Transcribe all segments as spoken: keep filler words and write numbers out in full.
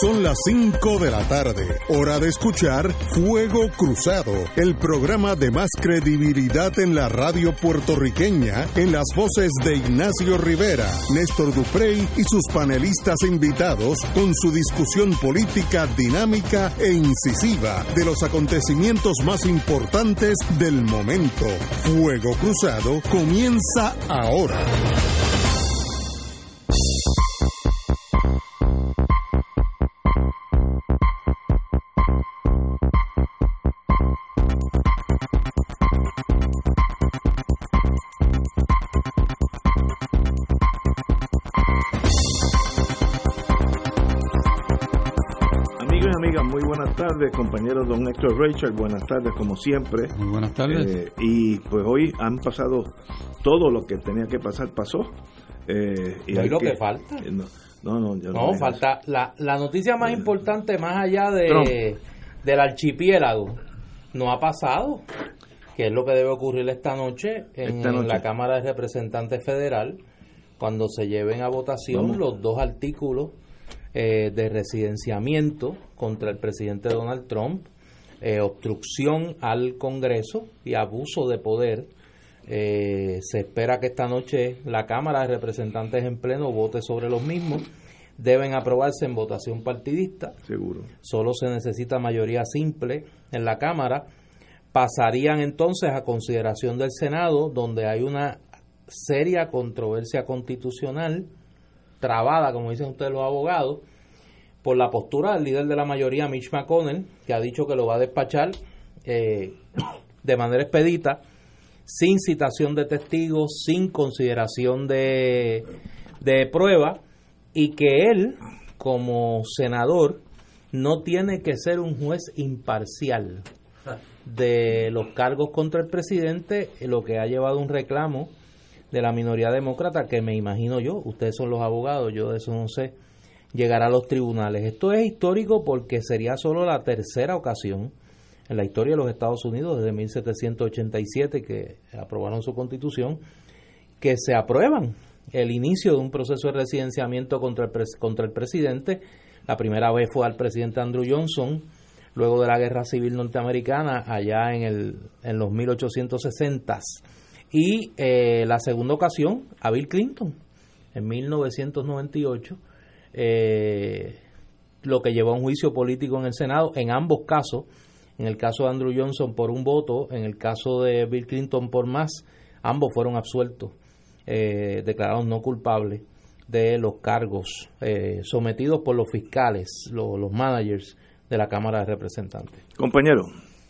Son las cinco de la tarde, hora de escuchar Fuego Cruzado, el programa de más credibilidad en la radio puertorriqueña, en las voces de Ignacio Rivera, Néstor Duprey y sus panelistas invitados, con su discusión política dinámica e incisiva de los acontecimientos más importantes del momento. Fuego Cruzado comienza ahora. Buenas tardes, compañero don Héctor Richard, buenas tardes como siempre. Muy buenas tardes. Eh, y pues hoy han pasado todo lo que tenía que pasar, pasó. Eh, y no, hay lo que, que falta. Eh, no, no, no, yo no, no falta la, la noticia más importante más allá de del archipiélago. No ha pasado, que es lo que debe ocurrir esta noche en esta noche. la Cámara de Representantes Federal, cuando se lleven a votación Vamos. los dos artículos Eh, de residenciamiento contra el presidente Donald Trump, eh, obstrucción al Congreso y abuso de poder. Eh, se espera que esta noche la Cámara de Representantes en pleno vote sobre los mismos. Deben aprobarse en votación partidista. Seguro. Solo se necesita mayoría simple en la Cámara. Pasarían entonces a consideración del Senado, donde hay una seria controversia constitucional trabada, como dicen ustedes los abogados, por la postura del líder de la mayoría, Mitch McConnell, que ha dicho que lo va a despachar eh, de manera expedita, sin citación de testigos, sin consideración de, de prueba, y que él, como senador, no tiene que ser un juez imparcial de los cargos contra el presidente, lo que ha llevado un reclamo de la minoría demócrata, que me imagino yo, ustedes son los abogados, yo de eso no sé, llegará a los tribunales. Esto es histórico porque sería solo la tercera ocasión en la historia de los Estados Unidos, desde mil setecientos ochenta y siete, que aprobaron su constitución, que se aprueban el inicio de un proceso de residenciamiento contra el, pres- contra el presidente. La primera vez fue al presidente Andrew Johnson, luego de la Guerra Civil Norteamericana, allá en, el, en los mil ochocientos sesenta. Y eh, la segunda ocasión a Bill Clinton en mil novecientos noventa y ocho, eh, lo que llevó a un juicio político en el Senado, en ambos casos, en el caso de Andrew Johnson por un voto, en el caso de Bill Clinton por más, ambos fueron absueltos, eh, declarados no culpables de los cargos eh, sometidos por los fiscales, los, los managers de la Cámara de Representantes. Compañero.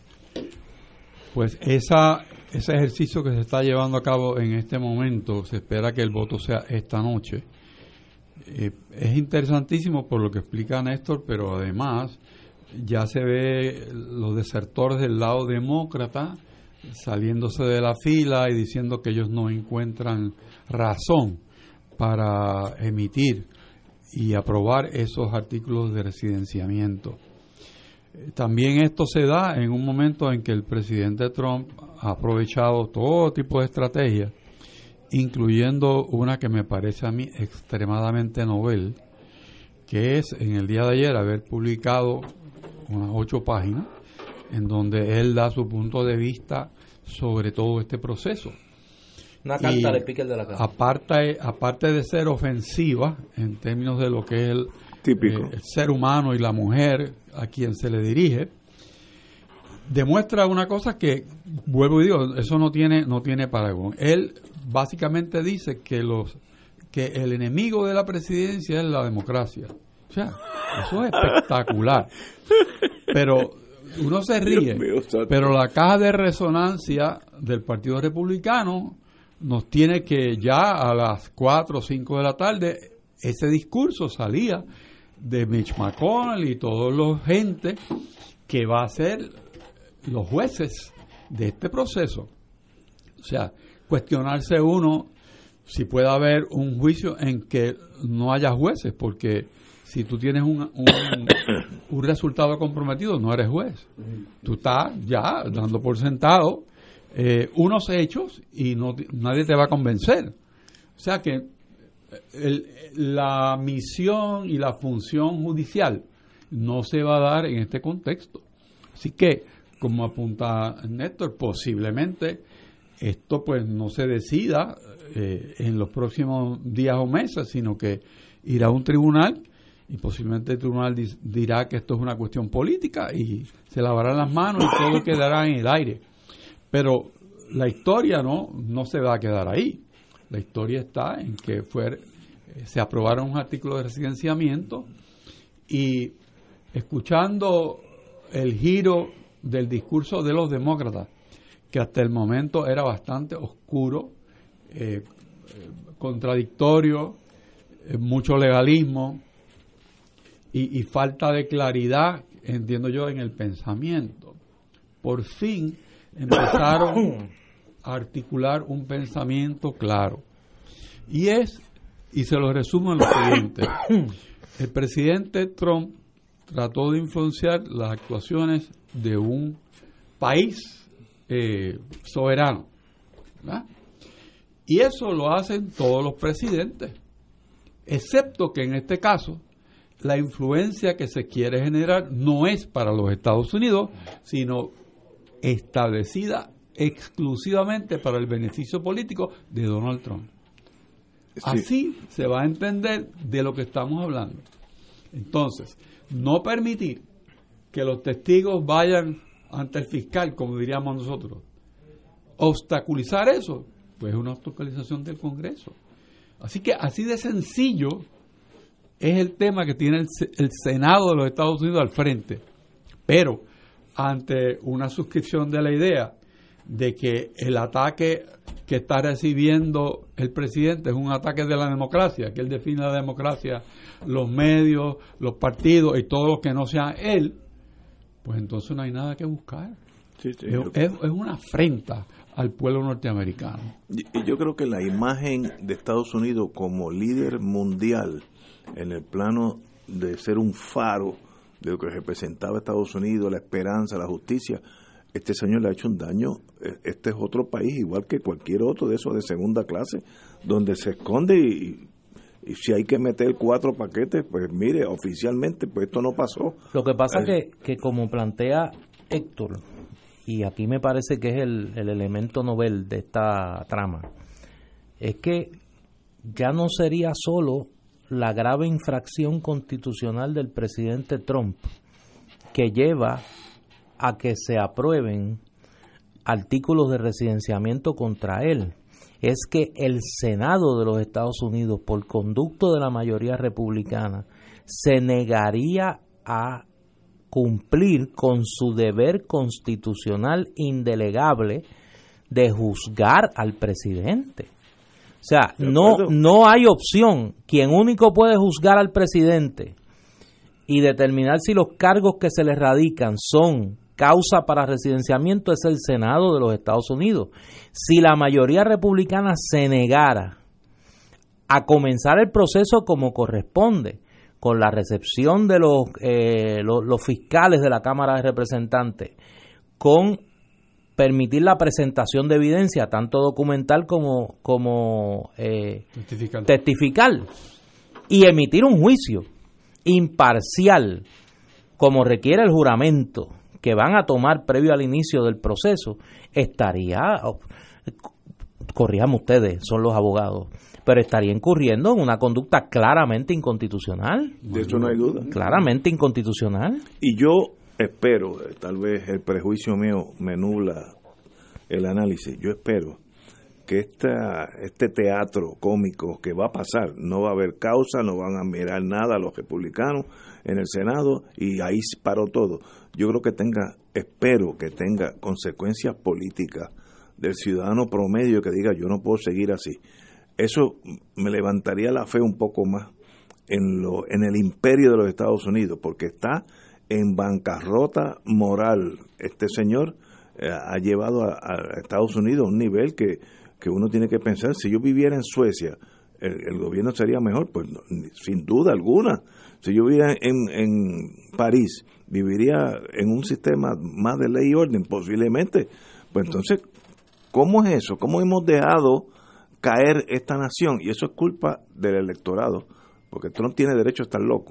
Pues esa ese ejercicio que se está llevando a cabo en este momento, se espera que el voto sea esta noche. Eh, es interesantísimo por lo que explica Néstor, pero además ya se ve los desertores del lado demócrata saliéndose de la fila y diciendo que ellos no encuentran razón para emitir y aprobar esos artículos de residenciamiento. También esto se da en un momento en que el presidente Trump ha aprovechado todo tipo de estrategias, incluyendo una que me parece a mí extremadamente novel, que es en el día de ayer haber publicado unas ocho páginas en donde él da su punto de vista sobre todo este proceso. Una carta de pique de la casa. Aparte, aparte de ser ofensiva en términos de lo que es el, Típico. eh, el ser humano y la mujer a quien se le dirige, demuestra una cosa que, vuelvo y digo, eso no tiene no tiene parangón. Él básicamente dice que los que el enemigo de la presidencia es la democracia. O sea, eso es espectacular. Pero uno se ríe, mío, pero la caja de resonancia del Partido Republicano nos tiene que ya a las cuatro o cinco de la tarde, ese discurso salía de Mitch McConnell y todos los gente que va a ser los jueces de este proceso. O sea, cuestionarse uno si puede haber un juicio en que no haya jueces, porque si tú tienes un, un, un resultado comprometido, no eres juez. Tú estás ya dando por sentado eh, unos hechos y no nadie te va a convencer. O sea que el, la misión y la función judicial no se va a dar en este contexto. Así que, como apunta Néstor, posiblemente esto pues no se decida eh, en los próximos días o meses, sino que irá a un tribunal y posiblemente el tribunal di- dirá que esto es una cuestión política y se lavarán las manos y todo quedará en el aire. Pero la historia no, no se va a quedar ahí. La historia está en que fue, se aprobaron unos artículos de residenciamiento y escuchando el giro del discurso de los demócratas, que hasta el momento era bastante oscuro, eh, contradictorio, eh, mucho legalismo y, y falta de claridad, entiendo yo, en el pensamiento. Por fin empezaron a articular un pensamiento claro. Y es, y se lo resumo en lo siguiente, el presidente Trump trató de influenciar las actuaciones de un país eh, soberano, ¿verdad? Y eso lo hacen todos los presidentes, excepto que en este caso la influencia que se quiere generar no es para los Estados Unidos, sino establecida exclusivamente para el beneficio político de Donald Trump. Sí. Así se va a entender de lo que estamos hablando. Entonces, no permitir que los testigos vayan ante el fiscal, como diríamos nosotros, obstaculizar eso, pues es una obstaculización del Congreso. Así que así de sencillo es el tema que tiene el, el Senado de los Estados Unidos al frente. Pero ante una suscripción de la idea de que el ataque que está recibiendo el presidente es un ataque de la democracia, que él define la democracia, los medios, los partidos y todo lo que no sea él, pues entonces no hay nada que buscar. Sí, sí, es, es, es una afrenta al pueblo norteamericano. Y, y yo creo que la imagen de Estados Unidos como líder mundial en el plano de ser un faro de lo que representaba Estados Unidos, la esperanza, la justicia, este señor le ha hecho un daño. Este es otro país, igual que cualquier otro de esos de segunda clase, donde se esconde y, y si hay que meter cuatro paquetes, pues mire, oficialmente, pues esto no pasó. Lo que pasa es eh, que, que como plantea Héctor, y aquí me parece que es el, el elemento novel de esta trama, es que ya no sería solo la grave infracción constitucional del presidente Trump que lleva a que se aprueben artículos de residenciamiento contra él, es que el Senado de los Estados Unidos, por conducto de la mayoría republicana, se negaría a cumplir con su deber constitucional indelegable de juzgar al presidente. O sea, no, no hay opción. Quien único puede juzgar al presidente y determinar si los cargos que se le radican son causa para residenciamiento es el Senado de los Estados Unidos. Si la mayoría republicana se negara a comenzar el proceso como corresponde, con la recepción de los, eh, los, los fiscales de la Cámara de Representantes, con permitir la presentación de evidencia, tanto documental como, como eh, testifical. testifical, y emitir un juicio imparcial, como requiere el juramento que van a tomar previo al inicio del proceso, estaría, corríjame ustedes, son los abogados, pero estaría incurriendo en una conducta claramente inconstitucional. De eso no hay duda. Claramente inconstitucional. Y yo espero, tal vez el prejuicio mío me nubla el análisis, yo espero que esta, este teatro cómico que va a pasar, no va a haber causa, no van a mirar nada a los republicanos en el Senado y ahí paró todo. Yo creo que tenga, espero que tenga consecuencias políticas del ciudadano promedio que diga yo no puedo seguir así. Eso me levantaría la fe un poco más en lo en el imperio de los Estados Unidos, porque está en bancarrota moral. Este señor eh, ha llevado a, a Estados Unidos a un nivel que, que uno tiene que pensar, si yo viviera en Suecia, el, el gobierno sería mejor, pues no, sin duda alguna. Si yo viviera en, en París, viviría en un sistema más de ley y orden, posiblemente. Pues entonces, ¿cómo es eso? ¿Cómo hemos dejado caer esta nación? Y eso es culpa del electorado, porque Trump tiene derecho a estar loco,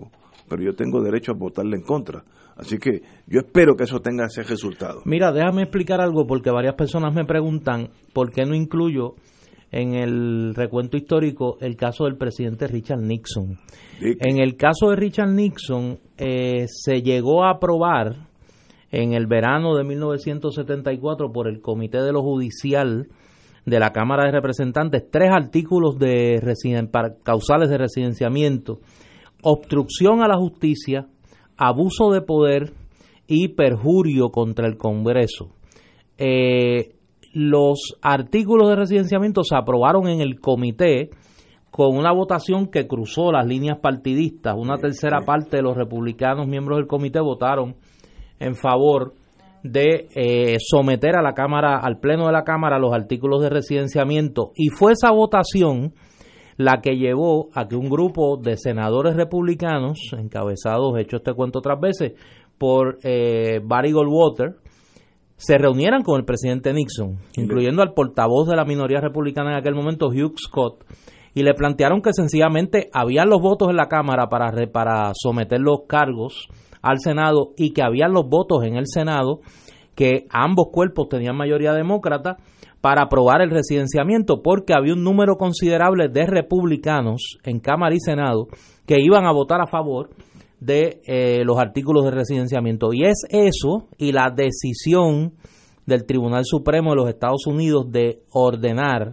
pero yo tengo derecho a votarle en contra. Así que yo espero que eso tenga ese resultado. Mira, déjame explicar algo, porque varias personas me preguntan por qué no incluyo en el recuento histórico el caso del presidente Richard Nixon. Sí. En el caso de Richard Nixon, eh, se llegó a aprobar en el verano de mil novecientos setenta y cuatro por el Comité de lo Judicial de la Cámara de Representantes tres artículos de residen- para causales de residenciamiento: obstrucción a la justicia, abuso de poder y perjurio contra el Congreso. Eh, los artículos de residenciamiento se aprobaron en el comité con una votación que cruzó las líneas partidistas. Una tercera parte de los republicanos miembros del comité votaron en favor de eh, someter a la Cámara, al Pleno de la Cámara, los artículos de residenciamiento, y fue esa votación la que llevó a que un grupo de senadores republicanos, encabezados, he hecho este cuento otras veces, por eh, Barry Goldwater, se reunieran con el presidente Nixon, incluyendo al portavoz de la minoría republicana en aquel momento, Hugh Scott, y le plantearon que sencillamente habían los votos en la Cámara para, para someter los cargos al Senado, y que habían los votos en el Senado, que ambos cuerpos tenían mayoría demócrata, para aprobar el residenciamiento, porque había un número considerable de republicanos en Cámara y Senado que iban a votar a favor de eh, los artículos de residenciamiento. Y es eso y la decisión del Tribunal Supremo de los Estados Unidos de ordenar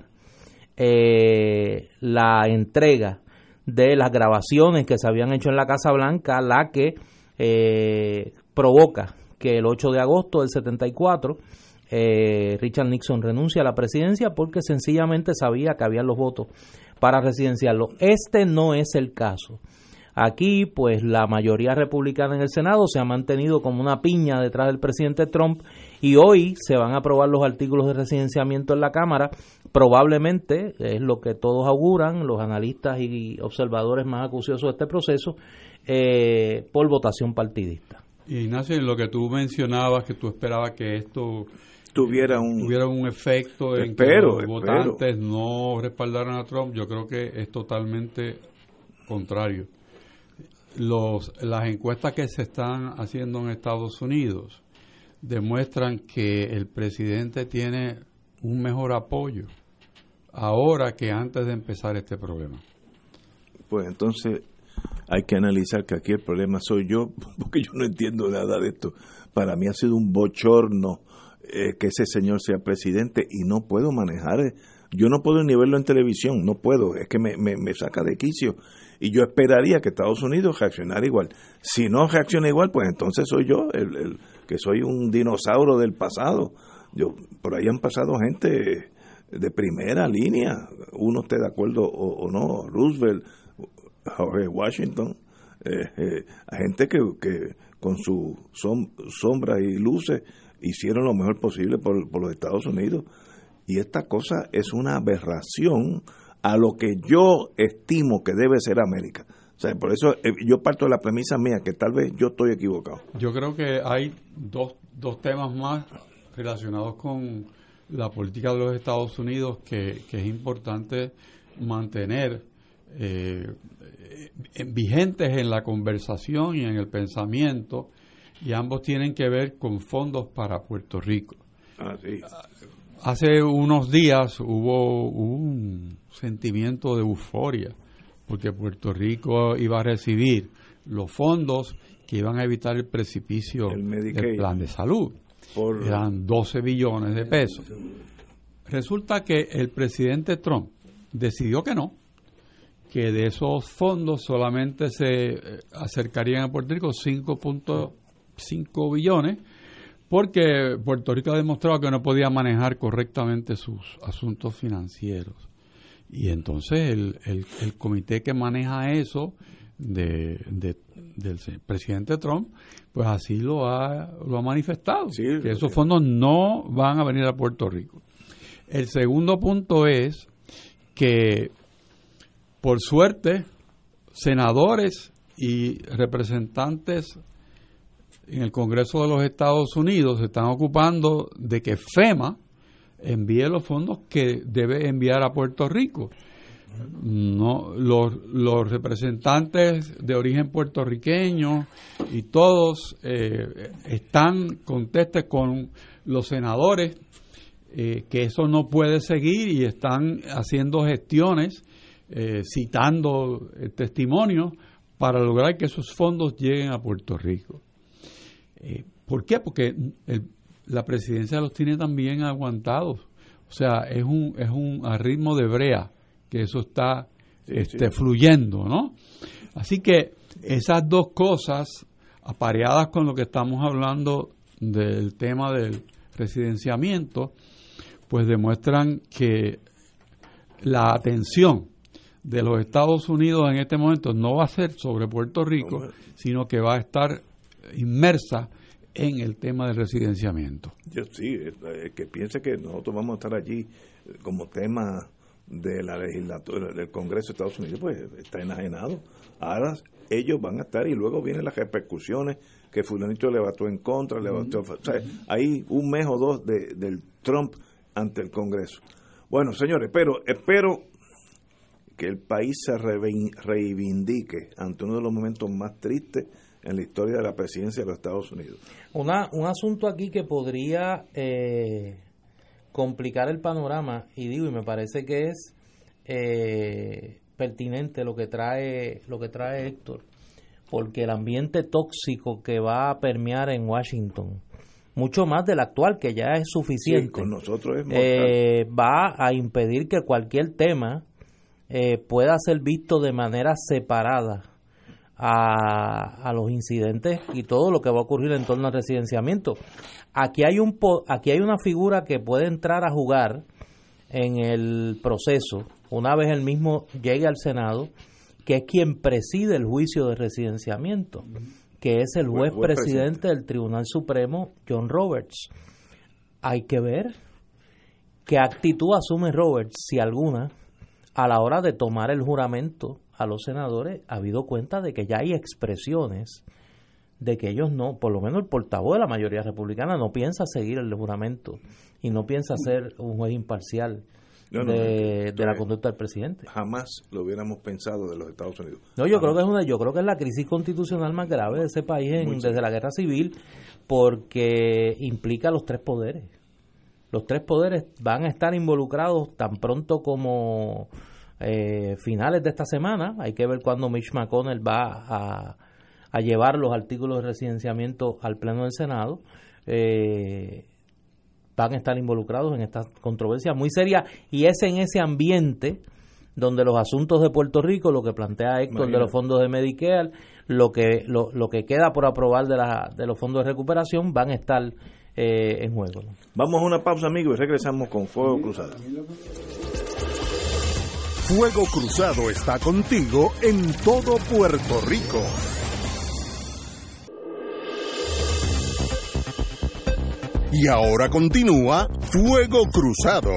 eh, la entrega de las grabaciones que se habían hecho en la Casa Blanca la que eh, provoca que el ocho de agosto del setenta y cuatro eh, Richard Nixon renuncia a la presidencia, porque sencillamente sabía que habían los votos para residenciarlo. Este no es el caso. Aquí, pues, la mayoría republicana en el Senado se ha mantenido como una piña detrás del presidente Trump, y hoy se van a aprobar los artículos de residenciamiento en la Cámara, probablemente, es lo que todos auguran, los analistas y observadores más acuciosos de este proceso, eh, por votación partidista. Y Ignacio, en lo que tú mencionabas, que tú esperabas que esto tuviera un, tuviera un efecto en espero, que los espero. votantes no respaldaran a Trump, yo creo que es totalmente contrario. Los, las encuestas que se están haciendo en Estados Unidos demuestran que el presidente tiene un mejor apoyo ahora que antes de empezar este problema. Pues entonces hay que analizar que aquí el problema soy yo, porque yo no entiendo nada de esto. Para mí ha sido un bochorno eh, que ese señor sea presidente, y no puedo manejar. Eh. Yo no puedo ni verlo en televisión, no puedo, es que me, me, me saca de quicio. Y yo esperaría que Estados Unidos reaccionara igual. Si no reacciona igual, pues entonces soy yo, el, el que soy un dinosaurio del pasado. Yo por ahí han pasado gente de primera línea, uno esté de acuerdo o, o no, Roosevelt, George Washington, eh, eh, gente que, que con su som, sombra y luces hicieron lo mejor posible por, por los Estados Unidos. Y esta cosa es una aberración a lo que yo estimo que debe ser América. O sea, por eso eh, yo parto de la premisa mía, que tal vez yo estoy equivocado. Yo creo que hay dos, dos temas más relacionados con la política de los Estados Unidos que, que es importante mantener eh, vigentes en la conversación y en el pensamiento, y ambos tienen que ver con fondos para Puerto Rico. Ah, sí. Hace unos días hubo un sentimiento de euforia porque Puerto Rico iba a recibir los fondos que iban a evitar el precipicio el del plan de salud. Por... Eran doce billones de pesos. Resulta que el presidente Trump decidió que no, que de esos fondos solamente se acercarían a Puerto Rico cinco punto cinco billones, porque Puerto Rico ha demostrado que no podía manejar correctamente sus asuntos financieros. Y entonces el, el, el comité que maneja eso de, de, del presidente Trump, pues así lo ha, lo ha manifestado, sí, que esos fondos no van a venir a Puerto Rico. El segundo punto es que, por suerte, senadores y representantes en el Congreso de los Estados Unidos se están ocupando de que FEMA envíe los fondos que debe enviar a Puerto Rico. No, los, los representantes de origen puertorriqueño y todos eh, están contestes con los senadores eh, que eso no puede seguir y están haciendo gestiones, eh, citando eh, testimonios para lograr que esos fondos lleguen a Puerto Rico. Eh, ¿Por qué? Porque el, la presidencia los tiene también aguantados. O sea, es un, es un a ritmo de brea que eso está sí, este, sí. fluyendo, ¿no? Así que esas dos cosas, apareadas con lo que estamos hablando del tema del residenciamiento, pues demuestran que la atención de los Estados Unidos en este momento no va a ser sobre Puerto Rico, sino que va a estar inmersa en el tema del residenciamiento. Yo sí, el que piense que nosotros vamos a estar allí como tema de la legislatura del Congreso de Estados Unidos, pues está enajenado. Ahora ellos van a estar y luego vienen las repercusiones que fulanito le votó en contra, le votó, o sea, hay un mes o dos de, del Trump ante el Congreso. Bueno, señores, pero espero que el país se reivindique ante uno de los momentos más tristes en la historia de la presidencia de los Estados Unidos. Una, un asunto aquí que podría eh, complicar el panorama, y digo, y me parece que es eh, pertinente lo que trae lo que trae Héctor, porque el ambiente tóxico que va a permear en Washington, mucho más del actual, que ya es suficiente, sí, con nosotros es mortal. Eh, va a impedir que cualquier tema eh, pueda ser visto de manera separada a, a los incidentes y todo lo que va a ocurrir en torno al residenciamiento. Aquí hay un po, aquí hay una figura que puede entrar a jugar en el proceso una vez el mismo llegue al Senado, que es quien preside el juicio de residenciamiento, que es el juez, juez presidente, presidente del Tribunal Supremo, John Roberts. Hay que ver qué actitud asume Roberts, si alguna, a la hora de tomar el juramento a los senadores, ha habido cuenta de que ya hay expresiones de que ellos no, por lo menos el portavoz de la mayoría republicana no piensa seguir el juramento y no piensa ser un juez imparcial no, no, de, de la conducta del presidente. Jamás lo hubiéramos pensado de los Estados Unidos. No, yo jamás. creo que es una, yo creo que es la crisis constitucional más grave de ese país en, desde la guerra civil, porque implica los tres poderes. Los tres poderes van a estar involucrados tan pronto como eh, finales de esta semana. Hay que ver cuándo Mitch McConnell va a, a llevar los artículos de residenciamiento al Pleno del Senado. Eh, van a estar involucrados en esta controversia muy seria, y es en ese ambiente donde los asuntos de Puerto Rico, lo que plantea Héctor Imagínate. de los fondos de Medicare, lo que lo, lo que queda por aprobar de, la, de los fondos de recuperación, van a estar eh, en juego, ¿no? Vamos a una pausa, amigos, y regresamos con Fuego Cruzado. Fuego Cruzado está contigo en todo Puerto Rico. Y ahora continúa Fuego Cruzado.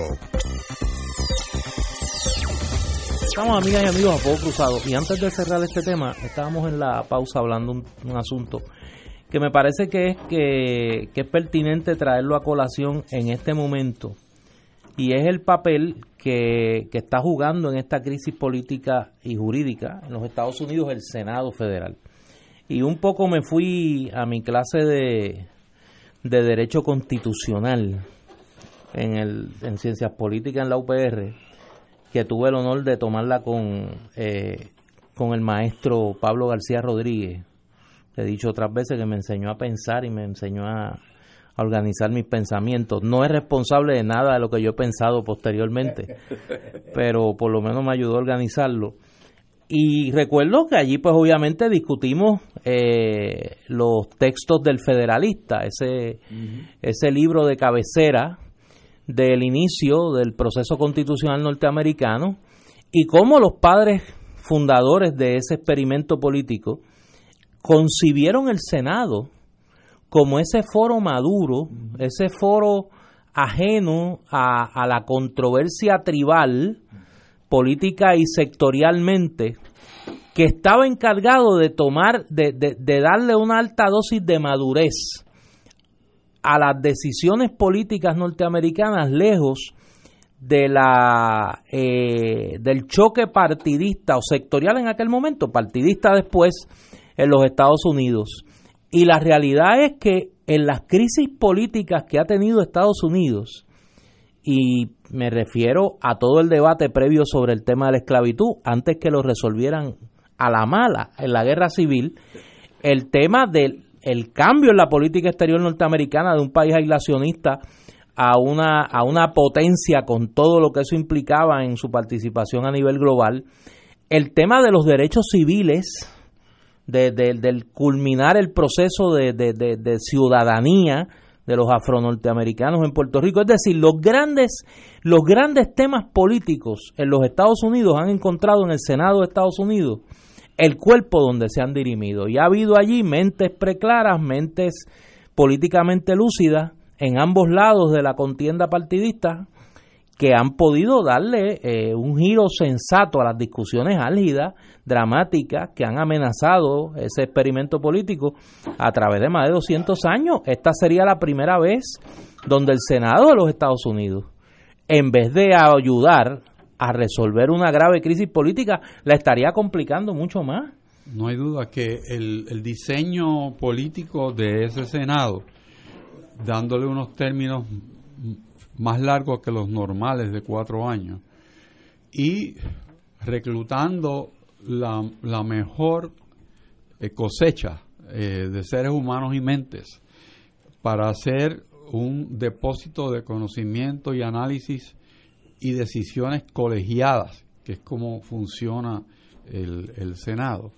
Estamos, amigas y amigos, a Fuego Cruzado. Y antes de cerrar este tema, estábamos en la pausa hablando un, un asunto que me parece que es que, que es pertinente traerlo a colación en este momento, y es el papel que, que está jugando en esta crisis política y jurídica en los Estados Unidos el Senado Federal. Y un poco me fui a mi clase de, de Derecho Constitucional en, el, en Ciencias Políticas en la U P R, que tuve el honor de tomarla con, eh, con el maestro Pablo García Rodríguez. He dicho otras veces que me enseñó a pensar y me enseñó a, a organizar mis pensamientos. No es responsable de nada de lo que yo he pensado posteriormente, pero por lo menos me ayudó a organizarlo. Y recuerdo que allí pues obviamente discutimos eh, los textos del Federalista, ese, uh-huh. ese libro de cabecera del inicio del proceso constitucional norteamericano, y cómo los padres fundadores de ese experimento político concibieron el Senado como ese foro maduro, ese foro ajeno a, a la controversia tribal, política y sectorialmente, que estaba encargado de tomar, de, de, de darle una alta dosis de madurez a las decisiones políticas norteamericanas, lejos de la eh, del choque partidista o sectorial en aquel momento, partidista después en los Estados Unidos. Y la realidad es que en las crisis políticas que ha tenido Estados Unidos, y me refiero a todo el debate previo sobre el tema de la esclavitud, antes que lo resolvieran a la mala en la guerra civil, el tema del el cambio en la política exterior norteamericana de un país aislacionista a una, a una potencia con todo lo que eso implicaba en su participación a nivel global, el tema de los derechos civiles, de, de, del culminar el proceso de, de, de, de ciudadanía de los afronorteamericanos en Puerto Rico, es decir, los grandes, los grandes temas políticos en los Estados Unidos han encontrado en el Senado de Estados Unidos el cuerpo donde se han dirimido, y ha habido allí mentes preclaras, mentes políticamente lúcidas en ambos lados de la contienda partidista que han podido darle eh, un giro sensato a las discusiones álgidas, dramáticas, que han amenazado ese experimento político a través de más de doscientos años. Esta sería la primera vez donde el Senado de los Estados Unidos, en vez de ayudar a resolver una grave crisis política, la estaría complicando mucho más. No hay duda que el, el diseño político de ese Senado, dándole unos términos más largos que los normales de cuatro años y reclutando la, la mejor eh, cosecha eh, de seres humanos y mentes para hacer un depósito de conocimiento y análisis y decisiones colegiadas, que es como funciona el, el Senado,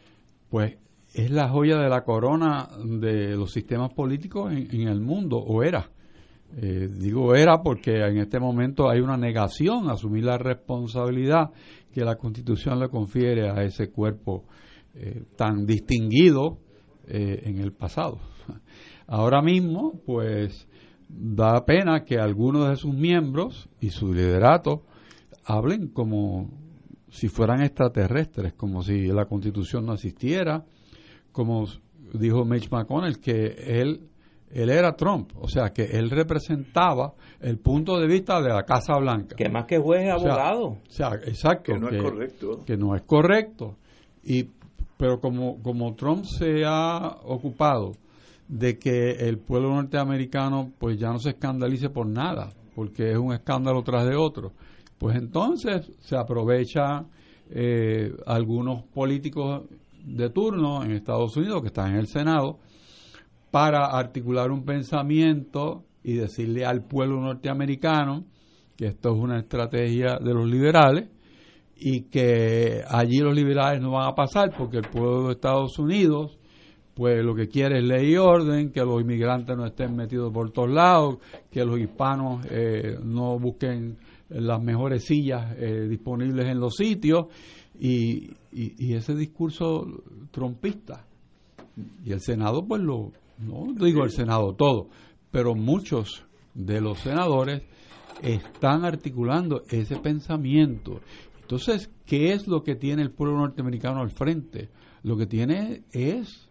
pues es la joya de la corona de los sistemas políticos en, en el mundo, o era. Eh, digo era porque en este momento hay una negación a asumir la responsabilidad que la Constitución le confiere a ese cuerpo eh, tan distinguido eh, en el pasado. Ahora mismo, pues, da pena que algunos de sus miembros y su liderato hablen como si fueran extraterrestres, como si la Constitución no existiera, como dijo Mitch McConnell, que él él era Trump, o sea, que él representaba el punto de vista de la Casa Blanca. Que más que juez es abogado. O sea, o sea, exacto. Que no que, es correcto. Que no es correcto. Y, pero como, como Trump se ha ocupado de que el pueblo norteamericano pues ya no se escandalice por nada, porque es un escándalo tras de otro, pues entonces se aprovecha eh, algunos políticos de turno en Estados Unidos que están en el Senado para articular un pensamiento y decirle al pueblo norteamericano que esto es una estrategia de los liberales y que allí los liberales no van a pasar porque el pueblo de Estados Unidos pues lo que quiere es ley y orden, que los inmigrantes no estén metidos por todos lados, que los hispanos eh, no busquen las mejores sillas eh, disponibles en los sitios, y, y, y ese discurso trumpista. Y el Senado, pues lo, no digo el Senado todo, pero muchos de los senadores están articulando ese pensamiento. Entonces, ¿qué es lo que tiene el pueblo norteamericano al frente? Lo que tiene es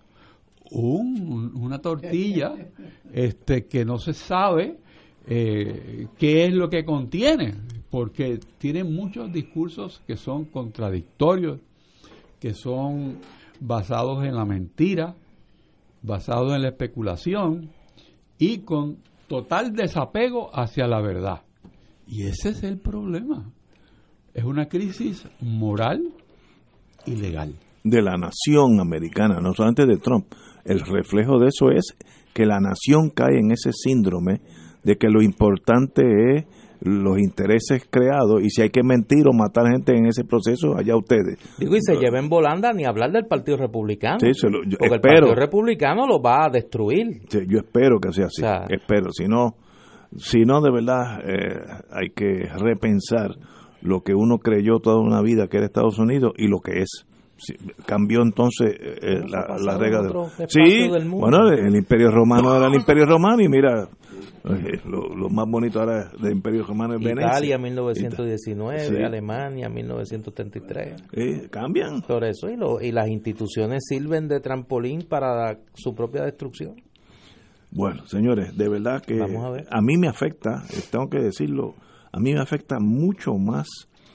Un, una tortilla este que no se sabe eh, qué es lo que contiene, porque tiene muchos discursos que son contradictorios, que son basados en la mentira, basados en la especulación y con total desapego hacia la verdad. Y ese es el problema. Es una crisis moral y legal de la nación americana, no solamente de Trump. El reflejo de eso es que la nación cae en ese síndrome de que lo importante es los intereses creados, y si hay que mentir o matar gente en ese proceso, allá ustedes. Digo, y se lleven volanda ni hablar del Partido Republicano. Sí, se lo, yo porque espero, el Partido Republicano lo va a destruir. Sí, yo espero que sea así, o sea, espero. Si no, si no de verdad eh, hay que repensar lo que uno creyó toda una vida que era Estados Unidos y lo que es. Sí, cambió entonces eh, la, la regla de sí del mundo. Bueno, el Imperio Romano era el Imperio Romano, y mira eh, lo, lo más bonito ahora del Imperio Romano es Venecia. Italia mil novecientos diecinueve, sí. Alemania mil novecientos treinta y tres. Sí, cambian por eso, y, lo, y las instituciones sirven de trampolín para su propia destrucción. Bueno, señores, de verdad que Vamos a ver. A mí me afecta, tengo que decirlo, a mí me afecta mucho más.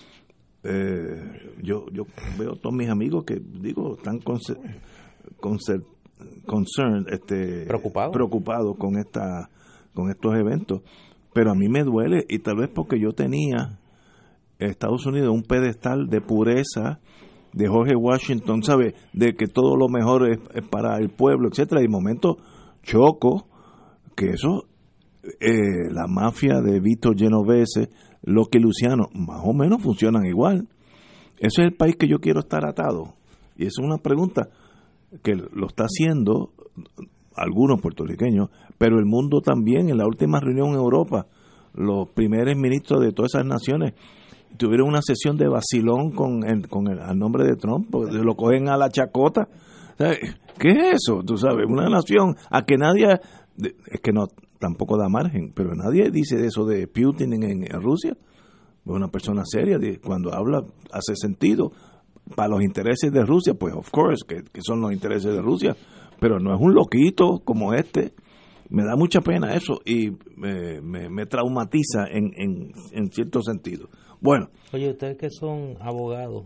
Eh, yo yo veo a todos mis amigos que, digo, están conce- conce- concerned, este, preocupados preocupados con, esta, con estos eventos. Pero a mí me duele, y tal vez porque yo tenía en Estados Unidos un pedestal de pureza de George Washington, ¿sabe? De que todo lo mejor es, es para el pueblo, etcétera. Y de momento choco que eso, eh, la mafia de Vito Genovese, Lucky Luciano, más o menos funcionan igual. Ese es el país que yo quiero estar atado. Y esa es una pregunta que lo está haciendo algunos puertorriqueños, pero el mundo también. En la última reunión en Europa, los primeros ministros de todas esas naciones tuvieron una sesión de vacilón con el, con el al nombre de Trump, porque lo cogen a la chacota. ¿Qué es eso? Tú sabes, una nación a que nadie, es que no, tampoco da margen, pero nadie dice eso de Putin en, en, en Rusia. Es una persona seria, cuando habla hace sentido. Para los intereses de Rusia, pues of course, que, que son los intereses de Rusia, pero no es un loquito como este. Me da mucha pena eso y me, me, me traumatiza en, en, en cierto sentido. Bueno. Oye, ustedes que son abogados,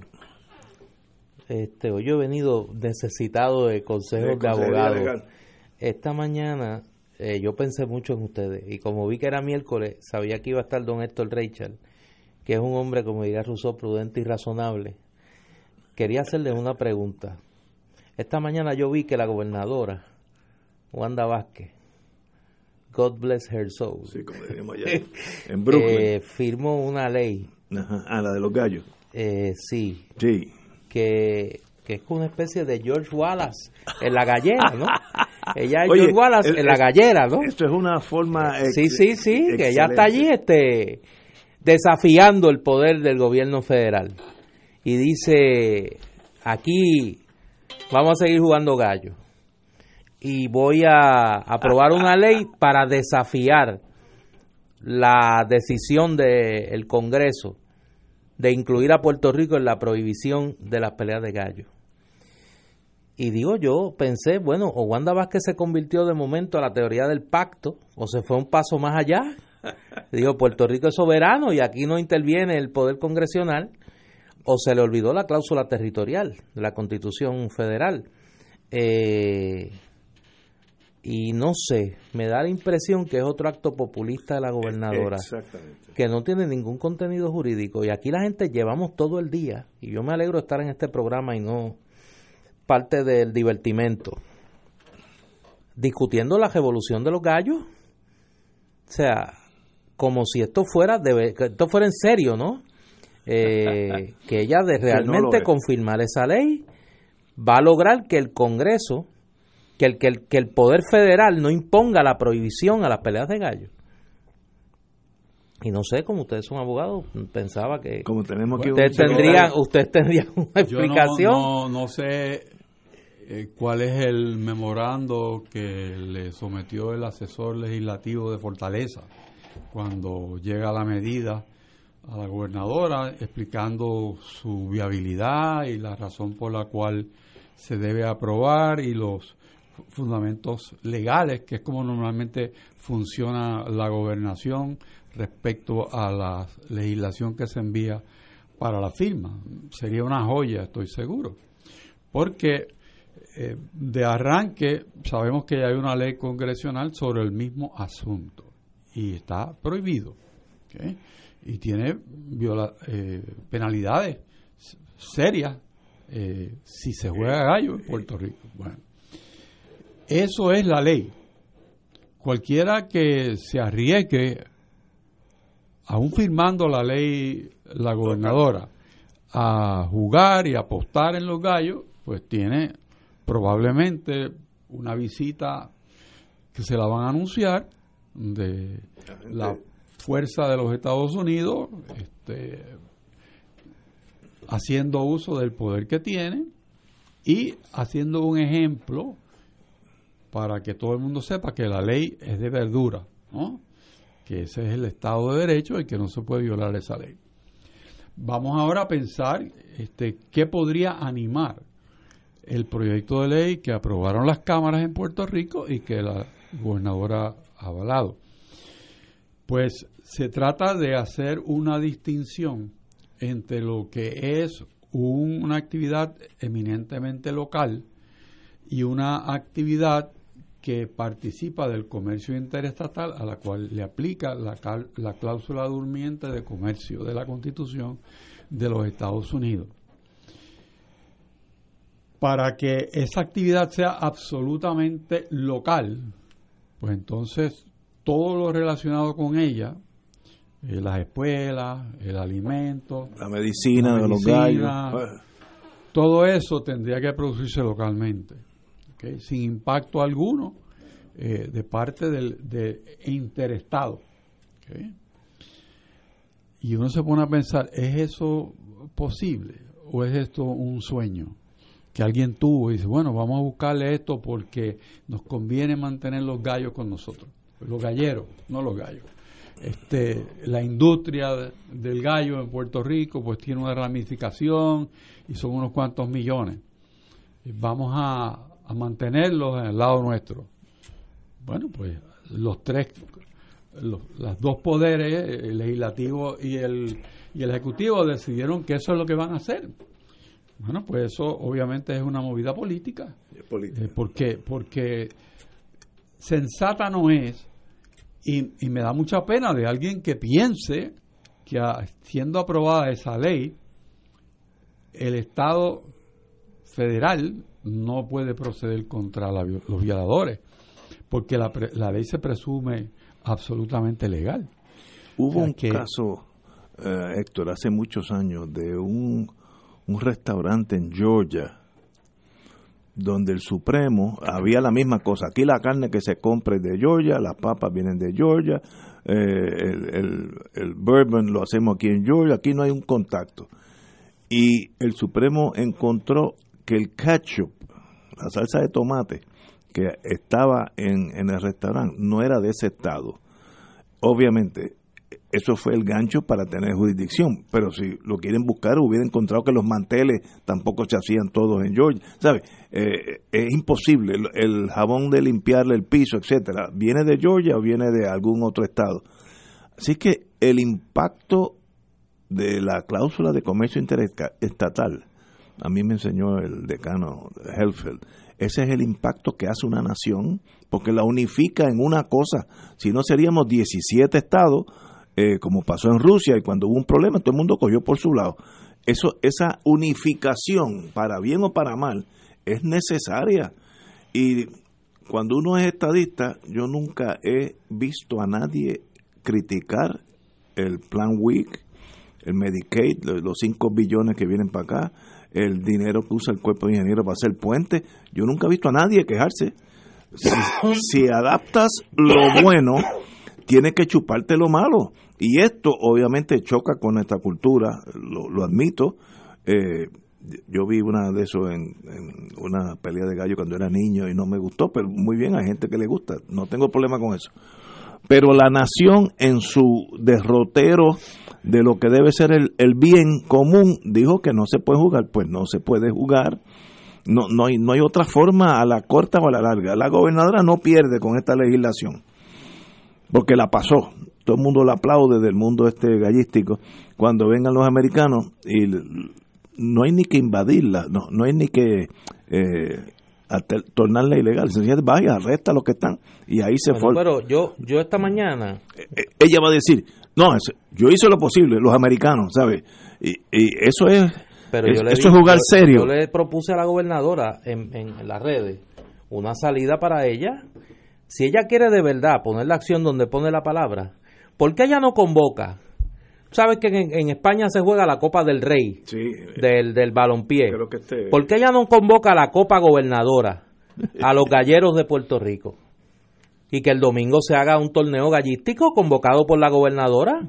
este, hoy yo he venido necesitado de consejos de, de abogados. Legal. Esta mañana eh, yo pensé mucho en ustedes y como vi que era miércoles, sabía que iba a estar don Héctor Reichard, que es un hombre, como diría Rousseau, prudente y razonable. Quería hacerles una pregunta. Esta mañana yo vi que la gobernadora, Wanda Vázquez, God bless her soul, sí, como diríamos allá, en Brooklyn, eh, firmó una ley. Ajá. Ah, la de los gallos. Eh, sí. Sí. Que, que es una especie de George Wallace en la gallera, ¿no? Ella es Oye, George Wallace el, en la gallera, ¿no? Esto es una forma... Ex- sí, sí, sí, excelente. Que ella está allí este, desafiando el poder del gobierno federal. Y dice, aquí vamos a seguir jugando gallo. Y voy a aprobar una ley para desafiar la decisión del Congreso de incluir a Puerto Rico en la prohibición de las peleas de gallo. Y digo, yo pensé, bueno, o Wanda Vázquez se convirtió de momento a la teoría del pacto, o se fue un paso más allá. Digo, Puerto Rico es soberano y aquí no interviene el poder congresional, o se le olvidó la cláusula territorial de la Constitución Federal. Eh, y no sé, me da la impresión que es otro acto populista de la gobernadora, que no tiene ningún contenido jurídico. Y aquí la gente llevamos todo el día, y yo me alegro de estar en este programa y no parte del divertimento, discutiendo la revolución de los gallos. O sea, como si esto fuera, de, que esto fuera en serio, ¿no? Eh, que ella de realmente no confirmar esa ley va a lograr que el Congreso, que el, que el que el poder federal no imponga la prohibición a las peleas de gallo. Y no sé, como ustedes son abogados, pensaba que como tenemos que ustedes tendrían ustedes tendrían una yo explicación. No, no, no sé eh, cuál es el memorando que le sometió el asesor legislativo de Fortaleza cuando llega la medida a la gobernadora explicando su viabilidad y la razón por la cual se debe aprobar y los fundamentos legales, que es como normalmente funciona la gobernación respecto a la legislación que se envía para la firma. Sería una joya, estoy seguro, porque eh, de arranque sabemos que ya hay una ley congresional sobre el mismo asunto y está prohibido, ¿okay? Y tiene viola, eh, penalidades serias eh, si se juega gallo en Puerto Rico. Bueno, eso es la ley. Cualquiera que se arriesgue, aún firmando la ley, la gobernadora, a jugar y apostar en los gallos, pues tiene probablemente una visita que se la van a anunciar de la fuerza de los Estados Unidos, este, haciendo uso del poder que tiene y haciendo un ejemplo para que todo el mundo sepa que la ley es de verdura, ¿no? Que ese es el Estado de Derecho y que no se puede violar esa ley. Vamos ahora a pensar este, qué podría animar el proyecto de ley que aprobaron las cámaras en Puerto Rico y que la gobernadora ha avalado. Pues se trata de hacer una distinción entre lo que es un, una actividad eminentemente local y una actividad que participa del comercio interestatal, a la cual le aplica la, la cláusula durmiente de comercio de la Constitución de los Estados Unidos. Para que esa actividad sea absolutamente local, pues entonces todo lo relacionado con ella, eh, las escuelas, el alimento, la medicina, la de medicina, los gallos, todo eso tendría que producirse localmente, ¿okay? Sin impacto alguno eh, de parte del de interestado, ¿okay? Y uno se pone a pensar, ¿es eso posible o es esto un sueño que alguien tuvo y dice, bueno, vamos a buscarle esto porque nos conviene mantener los gallos con nosotros, los galleros, no los gallos? Este, la industria de, del gallo en Puerto Rico pues tiene una ramificación y son unos cuantos millones. Vamos a, a mantenerlos en el lado nuestro. Bueno, pues los tres, los las dos poderes, el legislativo y el, y el ejecutivo, decidieron que eso es lo que van a hacer. Bueno, pues eso obviamente es una movida política. Es política. Eh, porque, porque sensata no es, y, y me da mucha pena de alguien que piense que a, siendo aprobada esa ley, el Estado federal no puede proceder contra la, los violadores, porque la, la ley se presume absolutamente legal. Hubo o sea, un que, caso, eh, Héctor, hace muchos años, de un, un restaurante en Georgia, donde el Supremo, había la misma cosa. Aquí la carne que se compra es de Georgia, las papas vienen de Georgia, eh, el, el, el bourbon lo hacemos aquí en Georgia, aquí no hay un contacto. Y el Supremo encontró que el ketchup, la salsa de tomate que estaba en, en el restaurante, no era de ese estado. Obviamente, eso fue el gancho para tener jurisdicción, pero si lo quieren buscar, hubiera encontrado que los manteles tampoco se hacían todos en Georgia, ¿sabes? Eh, es imposible, el, el jabón de limpiarle el piso, etcétera, ¿viene de Georgia o viene de algún otro estado? Así que el impacto de la cláusula de comercio interestatal, a mí me enseñó el decano Helfeld, ese es el impacto que hace una nación, porque la unifica en una cosa, si no seríamos diecisiete estados, Eh, como pasó en Rusia, y cuando hubo un problema todo el mundo cogió por su lado. Eso, esa unificación, para bien o para mal, es necesaria. Y cuando uno es estadista, yo nunca he visto a nadie criticar el Plan W I C, el Medicaid, los cinco billones que vienen para acá, el dinero que usa el cuerpo de ingenieros para hacer puentes. Yo nunca he visto a nadie quejarse. Si, si adaptas lo bueno, tienes que chuparte lo malo, y esto obviamente choca con nuestra cultura, lo, lo admito. Eh, yo vi una de eso en, en una pelea de gallo cuando era niño y no me gustó, pero muy bien, hay gente que le gusta, no tengo problema con eso. Pero la nación, en su derrotero de lo que debe ser el, el bien común, dijo que no se puede jugar. Pues no se puede jugar. No, no hay, no hay otra forma, a la corta o a la larga. La gobernadora no pierde con esta legislación, porque la pasó. Todo el mundo la aplaude del mundo este gallístico. Cuando vengan los americanos, y no hay ni que invadirla, no, no hay ni que eh, tornarla ilegal. Sencillamente vaya, arresta a los que están, y ahí se bueno, fue. Pero yo, yo esta mañana... Eh, ella va a decir, no, yo hice lo posible, los americanos, ¿sabes? Y, y eso es, pero es yo le eso di, es jugar yo, serio. Yo le propuse a la gobernadora en, en las redes una salida para ella. Si ella quiere de verdad poner la acción donde pone la palabra, ¿por qué ella no convoca? ¿Sabes que en, en España se juega la Copa del Rey, sí, del, del balompié? Creo que este... ¿Por qué ella no convoca la Copa Gobernadora a los galleros de Puerto Rico? Y que el domingo se haga un torneo gallístico convocado por la gobernadora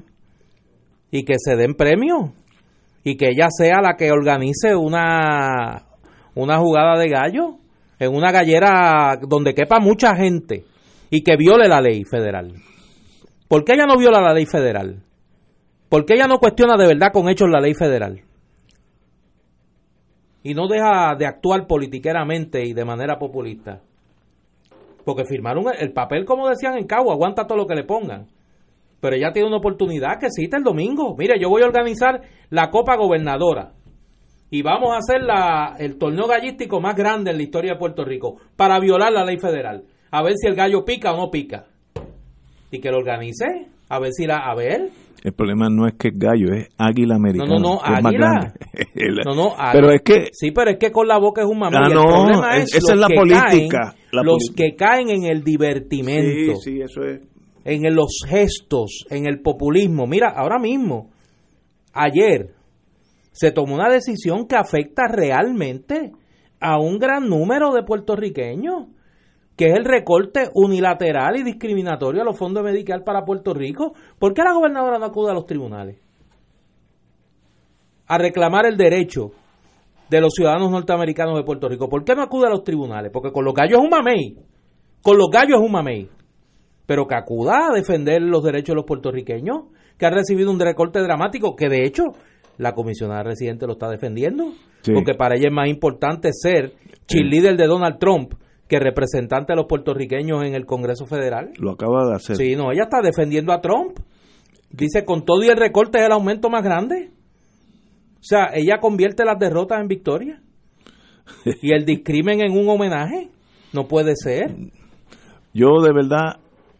y que se den premios y que ella sea la que organice una, una jugada de gallo en una gallera donde quepa mucha gente y que viole la ley federal. ¿Por qué ella no viola la ley federal? ¿Por qué ella no cuestiona de verdad con hechos la ley federal? Y no deja de actuar politiqueramente y de manera populista. Porque firmaron el papel, como decían en Cagua, aguanta todo lo que le pongan. pero ella tiene una oportunidad que cita el domingo. Mire, yo voy a organizar la Copa Gobernadora y vamos a hacer la, el torneo gallístico más grande en la historia de Puerto Rico para violar la ley federal. A ver si el gallo pica o no pica. Y que lo organice, a ver si la... A ver... El problema no es que es gallo, es águila americana. No, no, no, águila. no, no, águila. Pero es que... Sí, pero es que con la boca es un mamey. Ah, el no, problema es, esa es la que política. Caen, la los política. que caen en el divertimento. Sí, sí, eso es. En los gestos, en el populismo. Mira, ahora mismo, ayer, se tomó una decisión que afecta realmente a un gran número de puertorriqueños, que es el recorte unilateral y discriminatorio a los fondos de Medicare para Puerto Rico. ¿Por qué la gobernadora no acude a los tribunales a reclamar el derecho de los ciudadanos norteamericanos de Puerto Rico? ¿Por qué no acude a los tribunales? Porque con los gallos es un mamey, con los gallos es un mamey, pero que acuda a defender los derechos de los puertorriqueños, que han recibido un recorte dramático, que de hecho la comisionada residente lo está defendiendo, sí. Porque para ella es más importante ser cheerleader de Donald Trump que representante de los puertorriqueños en el Congreso Federal. Lo acaba de hacer. Sí, no, ella está defendiendo a Trump. Dice, con todo y el recorte es el aumento más grande. O sea, ella convierte las derrotas en victorias. Y el discrimen en un homenaje. No puede ser. Yo de verdad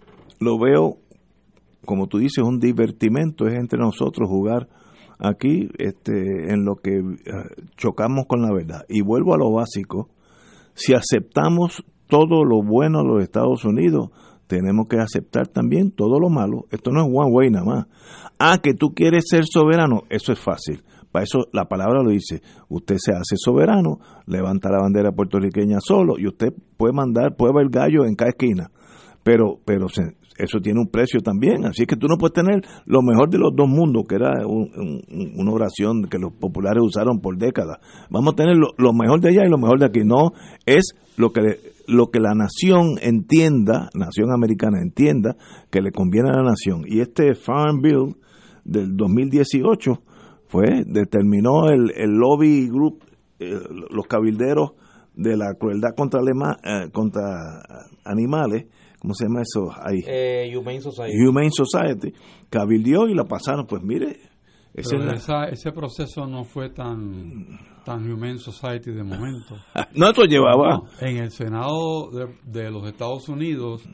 lo veo, como tú dices, un divertimento. Es entre nosotros jugar aquí este, en lo que uh, chocamos con la verdad. Y vuelvo a lo básico. Si aceptamos todo lo bueno de los Estados Unidos, tenemos que aceptar también todo lo malo. Esto no es one way nada más. Ah, que tú quieres ser soberano, eso es fácil. Para eso la palabra lo dice. Usted se hace soberano, levanta la bandera puertorriqueña solo y usted puede mandar, puede ver gallo en cada esquina. Pero, pero se, eso tiene un precio también. Así que tú no puedes tener lo mejor de los dos mundos, que era un, un, una oración que los populares usaron por décadas. Vamos a tener lo, lo mejor de allá y lo mejor de aquí. No, es lo que lo que la nación entienda, nación americana entienda, que le conviene a la nación. Y este Farm Bill del dos mil dieciocho fue, determinó el, el lobby group, eh, los cabilderos de la crueldad contra, alema, eh, contra animales. ¿Cómo se llama eso? Ahí. Eh, Humane Society. Humane Society. Cabildió y la pasaron. Pues mire. Ese, la... esa, ese proceso no fue tan, tan Humane Society de momento. No, eso llevaba. No, en el Senado de, de los Estados Unidos,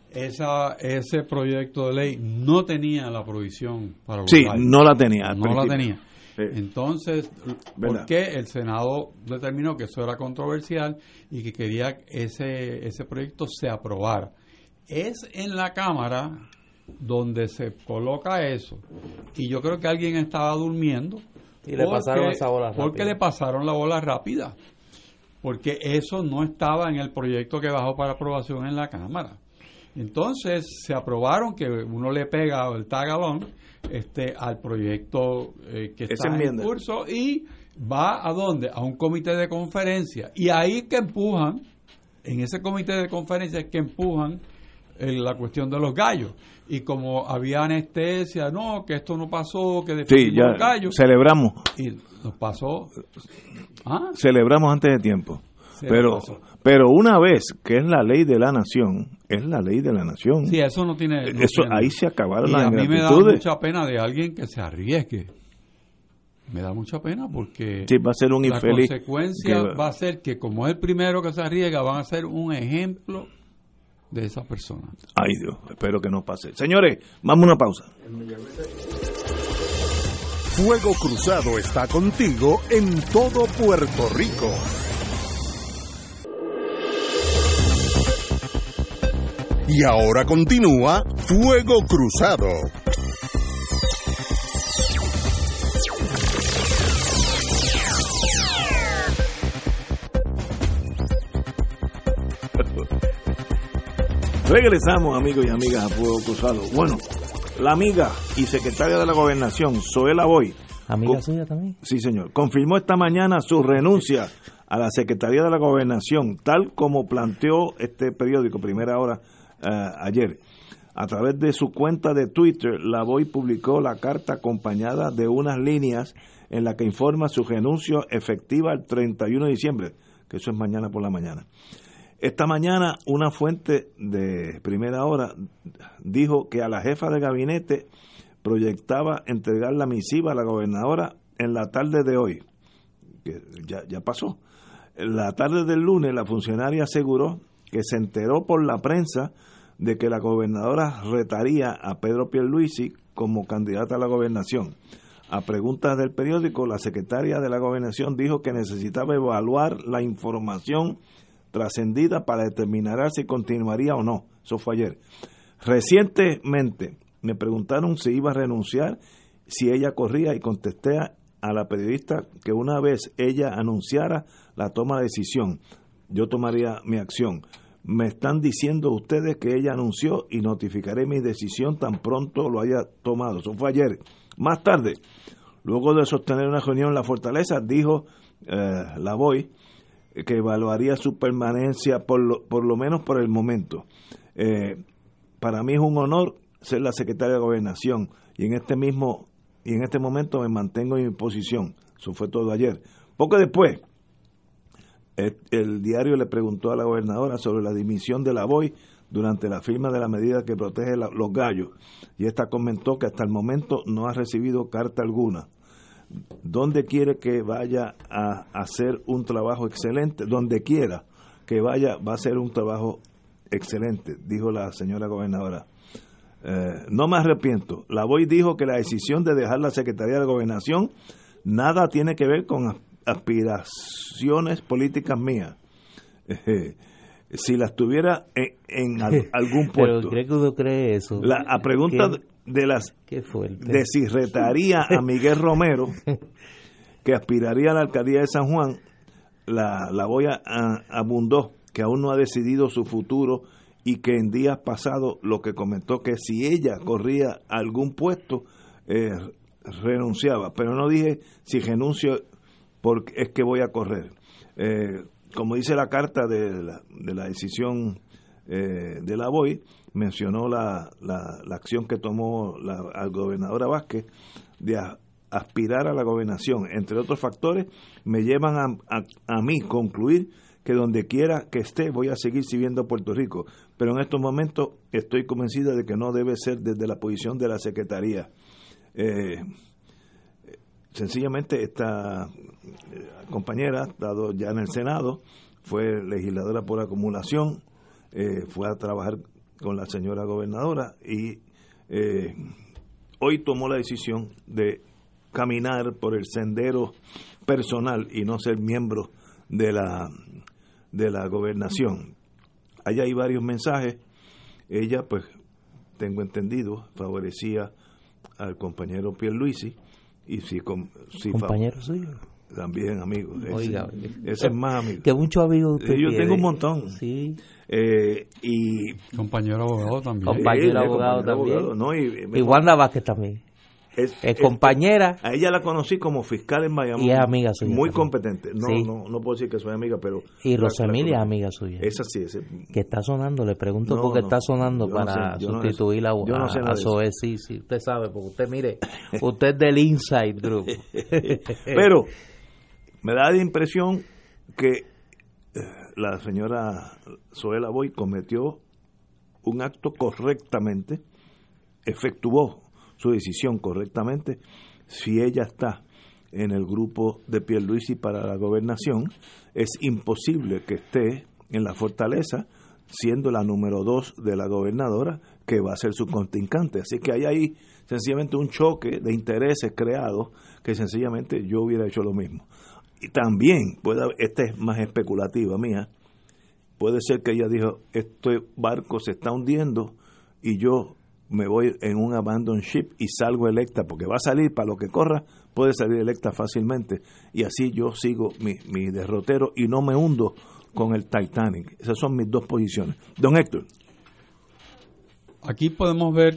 esa ese proyecto de ley no tenía la provisión para los Sí, gallos. no la tenía. No la tenía. Sí. Entonces, ¿por qué el Senado determinó que eso era controversial y que quería que ese, ese proyecto se aprobara? Es en la Cámara donde se coloca eso, y yo creo que alguien estaba durmiendo y le pasaron esa bola rápida. Porque le pasaron la bola rápida, porque eso no estaba en el proyecto que bajó para aprobación en la Cámara. Entonces se aprobaron que uno le pega el tagalón este al proyecto eh, que está en curso y va a dónde, a un comité de conferencia, y ahí que empujan, en ese comité de conferencia es que empujan la cuestión de los gallos, y como había anestesia, no, que esto no pasó, que defendimos sí, ya los gallos, celebramos y nos pasó ¿Ah? celebramos antes de tiempo. Se pero pero una vez que es la ley de la nación, es la ley de la nación. Sí, eso no tiene no eso tiene. Ahí se acabaron y las a mí me da ingratitudes. mucha pena de alguien que se arriesgue. Me da mucha pena porque sí, va a ser un la infeliz consecuencia que... va a ser que como es el primero que se arriesga, van a ser un ejemplo de esa persona. Ay Dios, espero que no pase. Señores, vamos a una pausa. Fuego Cruzado está contigo en todo Puerto Rico. Y ahora continúa Fuego Cruzado. Regresamos, amigos y amigas, a Fuego Cruzado. Bueno, la amiga y secretaria de la Gobernación, Zoela Boy. ¿Amiga con... suya también? Sí, señor. Confirmó esta mañana su renuncia a la Secretaría de la Gobernación, tal como planteó este periódico, Primera Hora, uh, ayer. A través de su cuenta de Twitter, la Boy publicó la carta acompañada de unas líneas en la que informa su renuncia efectiva el treinta y uno de diciembre, que eso es mañana por la mañana. Esta mañana una fuente de primera hora dijo que a la jefa de gabinete proyectaba entregar la misiva a la gobernadora en la tarde de hoy, que ya, ya pasó. En la tarde del lunes la funcionaria aseguró que se enteró por la prensa de que la gobernadora retaría a Pedro Pierluisi como candidata a la gobernación. A preguntas del periódico, la secretaria de la gobernación dijo que necesitaba evaluar la información trascendida para determinar si continuaría o no. Eso fue ayer. Recientemente me preguntaron si iba a renunciar, si ella corría, y contesté a la periodista que una vez ella anunciara la toma de decisión, yo tomaría mi acción. Me están diciendo ustedes que ella anunció y notificaré mi decisión tan pronto lo haya tomado. Eso fue ayer. Más tarde, luego de sostener una reunión en la Fortaleza, dijo eh, Lavoy que evaluaría su permanencia por lo, por lo menos por el momento. Eh, para mí es un honor ser la secretaria de Gobernación y en este mismo y en este momento me mantengo en mi posición. Eso fue todo ayer. Poco después, el, el diario le preguntó a la gobernadora sobre la dimisión de Lavoy durante la firma de la medida que protege la, los gallos, y esta comentó que hasta el momento no ha recibido carta alguna. ¿Dónde quiere que vaya a hacer un trabajo excelente? Donde quiera que vaya va a ser un trabajo excelente, dijo la señora gobernadora. Eh, no me arrepiento. Lavoy dijo que la decisión de dejar la Secretaría de Gobernación nada tiene que ver con aspiraciones políticas mías. Eh, si las tuviera en, en al, algún puesto. Pero ¿cree que uno cree eso? La, a pregunta ¿Qué? de las Qué fuerte. de si retaría a Miguel Romero, que aspiraría a la alcaldía de San Juan, la, la Boya abundó que aún no ha decidido su futuro y que en días pasados lo que comentó que si ella corría a algún puesto eh, renunciaba, pero no dije si renuncio porque es que voy a correr. Eh, como dice la carta de la, de la decisión eh, de la Boy, mencionó la, la, la acción que tomó la, la gobernadora Vázquez de a, aspirar a la gobernación. Entre otros factores, me llevan a, a, a mí concluir que donde quiera que esté voy a seguir sirviendo a Puerto Rico, pero en estos momentos estoy convencida de que no debe ser desde la posición de la Secretaría. Eh, sencillamente esta compañera, dado ya en el Senado, fue legisladora por acumulación, eh, fue a trabajar con la señora gobernadora y eh, hoy tomó la decisión de caminar por el sendero personal y no ser miembro de la de la gobernación. Allá hay varios mensajes. Ella, pues, tengo entendido, favorecía al compañero Pierluisi y si, si compañero fa- suyo también amigo. Oiga, ese, ese es más amigo. Que muchos amigos usted Yo tiene. tengo un montón. Sí. Eh, y compañero abogado también. Compañero eh, abogado compañero también. Abogado, no, y, y Wanda Vázquez también. Es, es compañera. A ella la conocí como fiscal en Bayamón. Y es amiga suya. Muy también. competente. No, sí. no, no puedo decir que soy amiga, pero. Y Rosemilia es amiga suya. Esa sí, ese. Que está sonando, le pregunto no, por qué no, está sonando no para sé, sustituir no a, yo no sé a, a Zoé. Sí, sí, usted sabe, porque usted, mire, usted es del Inside Group. Pero me da la impresión que eh, la señora Zoé Lavoy cometió un acto correctamente, efectuó su decisión correctamente. Si ella está en el grupo de Pierluisi para la gobernación, es imposible que esté en la Fortaleza siendo la número dos de la gobernadora, que va a ser su contrincante. Así que hay ahí sencillamente un choque de intereses creados que sencillamente yo hubiera hecho lo mismo. Y también, puede, esta es más especulativa mía, puede ser que ella dijo, este barco se está hundiendo y yo me voy en un abandon ship y salgo electa, porque va a salir para lo que corra, puede salir electa fácilmente, y así yo sigo mi, mi derrotero y no me hundo con el Titanic. Esas son mis dos posiciones. Don Héctor. Aquí podemos ver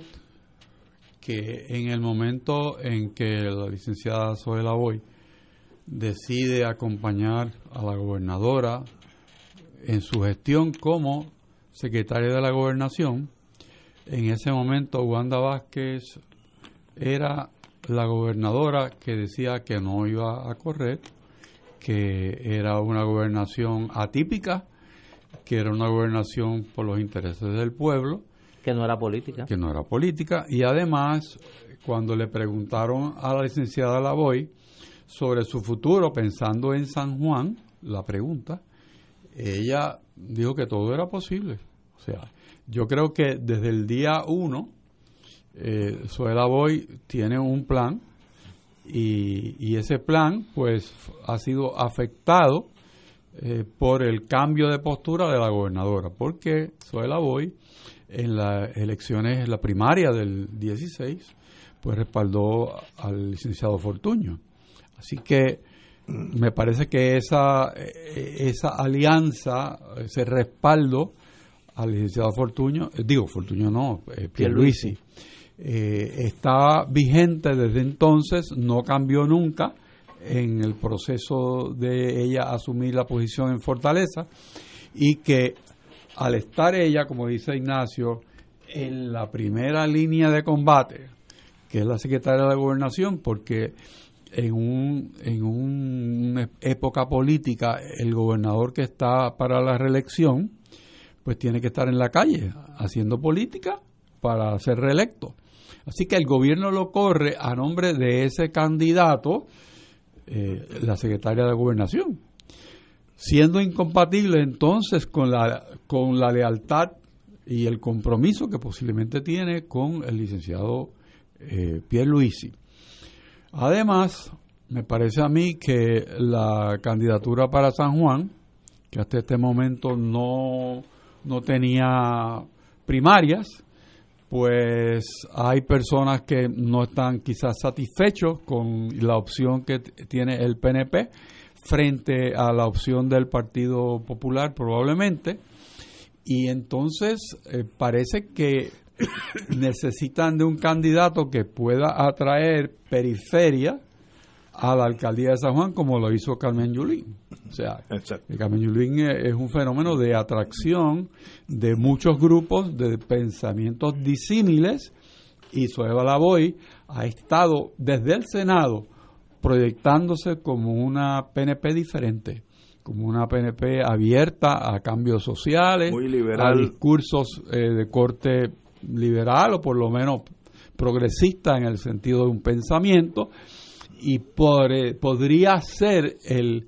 que en el momento en que la licenciada Zoé Lavoy decide acompañar a la gobernadora en su gestión como secretaria de la gobernación, en ese momento Wanda Vázquez era la gobernadora que decía que no iba a correr, que era una gobernación atípica, que era una gobernación por los intereses del pueblo. Que no era política. Que no era política. Y además, cuando le preguntaron a la licenciada Lavoy sobre su futuro, pensando en San Juan, la pregunta, ella dijo que todo era posible. O sea, yo creo que desde el día uno, eh, Zoe Lavoy tiene un plan y, y ese plan pues ha sido afectado eh, por el cambio de postura de la gobernadora, porque Zoe Lavoy en las elecciones, en la primaria del dieciséis, pues respaldó al licenciado Fortuño. Así que me parece que esa, esa alianza, ese respaldo al licenciado Fortuño, eh, digo Fortuño no, eh, Pierluisi, eh, está vigente desde entonces, no cambió nunca en el proceso de ella asumir la posición en Fortaleza, y que al estar ella, como dice Ignacio, en la primera línea de combate, que es la secretaria de la Gobernación, porque en un en un, una época política el gobernador que está para la reelección pues tiene que estar en la calle haciendo política para ser reelecto. Así que el gobierno lo corre a nombre de ese candidato, eh, la secretaria de Gobernación, siendo incompatible entonces con la con la lealtad y el compromiso que posiblemente tiene con el licenciado eh, Pierluisi. Además, me parece a mí que la candidatura para San Juan, que hasta este momento no, no tenía primarias, pues hay personas que no están quizás satisfechos con la opción que t- tiene el P N P frente a la opción del Partido Popular probablemente, y entonces eh, parece que necesitan de un candidato que pueda atraer periferia a la alcaldía de San Juan, como lo hizo Carmen Yulín. O sea, Exacto. Carmen Yulín es un fenómeno de atracción de muchos grupos de pensamientos disímiles, y Zoe Lavoy ha estado desde el Senado proyectándose como una P N P diferente, como una P N P abierta a cambios sociales, muy liberal, a discursos eh, de corte liberal o por lo menos progresista en el sentido de un pensamiento, y por, eh, podría ser el,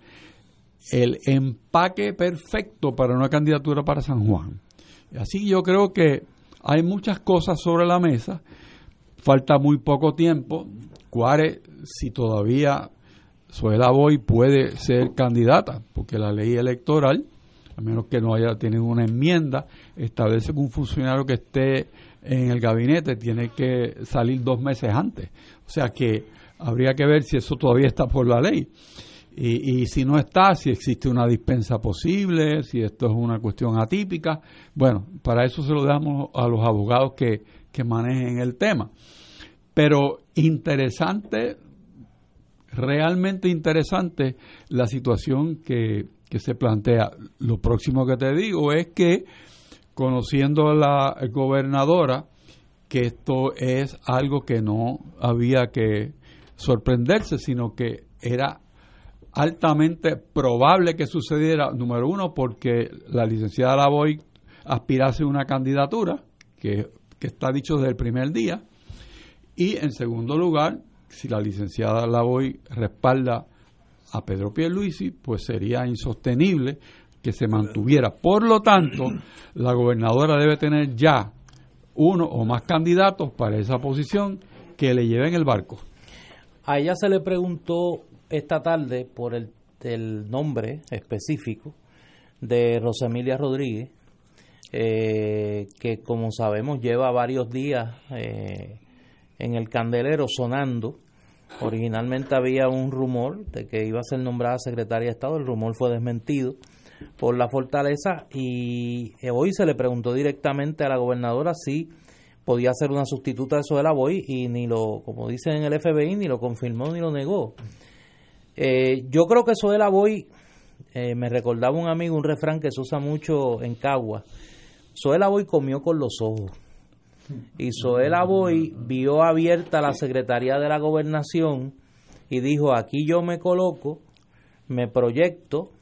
el empaque perfecto para una candidatura para San Juan. Así que yo creo que hay muchas cosas sobre la mesa, falta muy poco tiempo. Cuare, si todavía Zoe Lavoy puede ser candidata, porque la ley electoral, a menos que no haya tenido una enmienda, establece que un funcionario que esté en el gabinete tiene que salir dos meses antes. O sea que habría que ver si eso todavía está por la ley. Y, y si no está, si existe una dispensa posible, si esto es una cuestión atípica. Bueno, para eso se lo damos a los abogados que, que manejen el tema. Pero interesante, realmente interesante la situación que, que se plantea. Lo próximo que te digo es que, conociendo a la gobernadora, que esto es algo que no había que sorprenderse, sino que era altamente probable que sucediera, número uno, porque la licenciada Lavoy aspirase a una candidatura, que, que está dicho desde el primer día, y en segundo lugar, si la licenciada Lavoy respalda a Pedro Pierluisi, pues sería insostenible que se mantuviera. Por lo tanto, la gobernadora debe tener ya uno o más candidatos para esa posición que le lleven el barco. A ella se le preguntó esta tarde por el, el nombre específico de Rosemilia Rodríguez, eh, que como sabemos lleva varios días eh, en el candelero sonando. Originalmente había un rumor de que iba a ser nombrada secretaria de Estado, el rumor fue desmentido por la Fortaleza, y hoy se le preguntó directamente a la gobernadora si podía ser una sustituta de Zoe Lavoy, y ni lo, como dicen en el F B I, ni lo confirmó ni lo negó. Eh, yo creo que Zoe Lavoy, eh, me recordaba un amigo un refrán que se usa mucho en Cagua: Zoe Lavoy comió con los ojos. Y Zoe Lavoy vio abierta la Secretaría de la Gobernación y dijo: aquí yo me coloco, me proyecto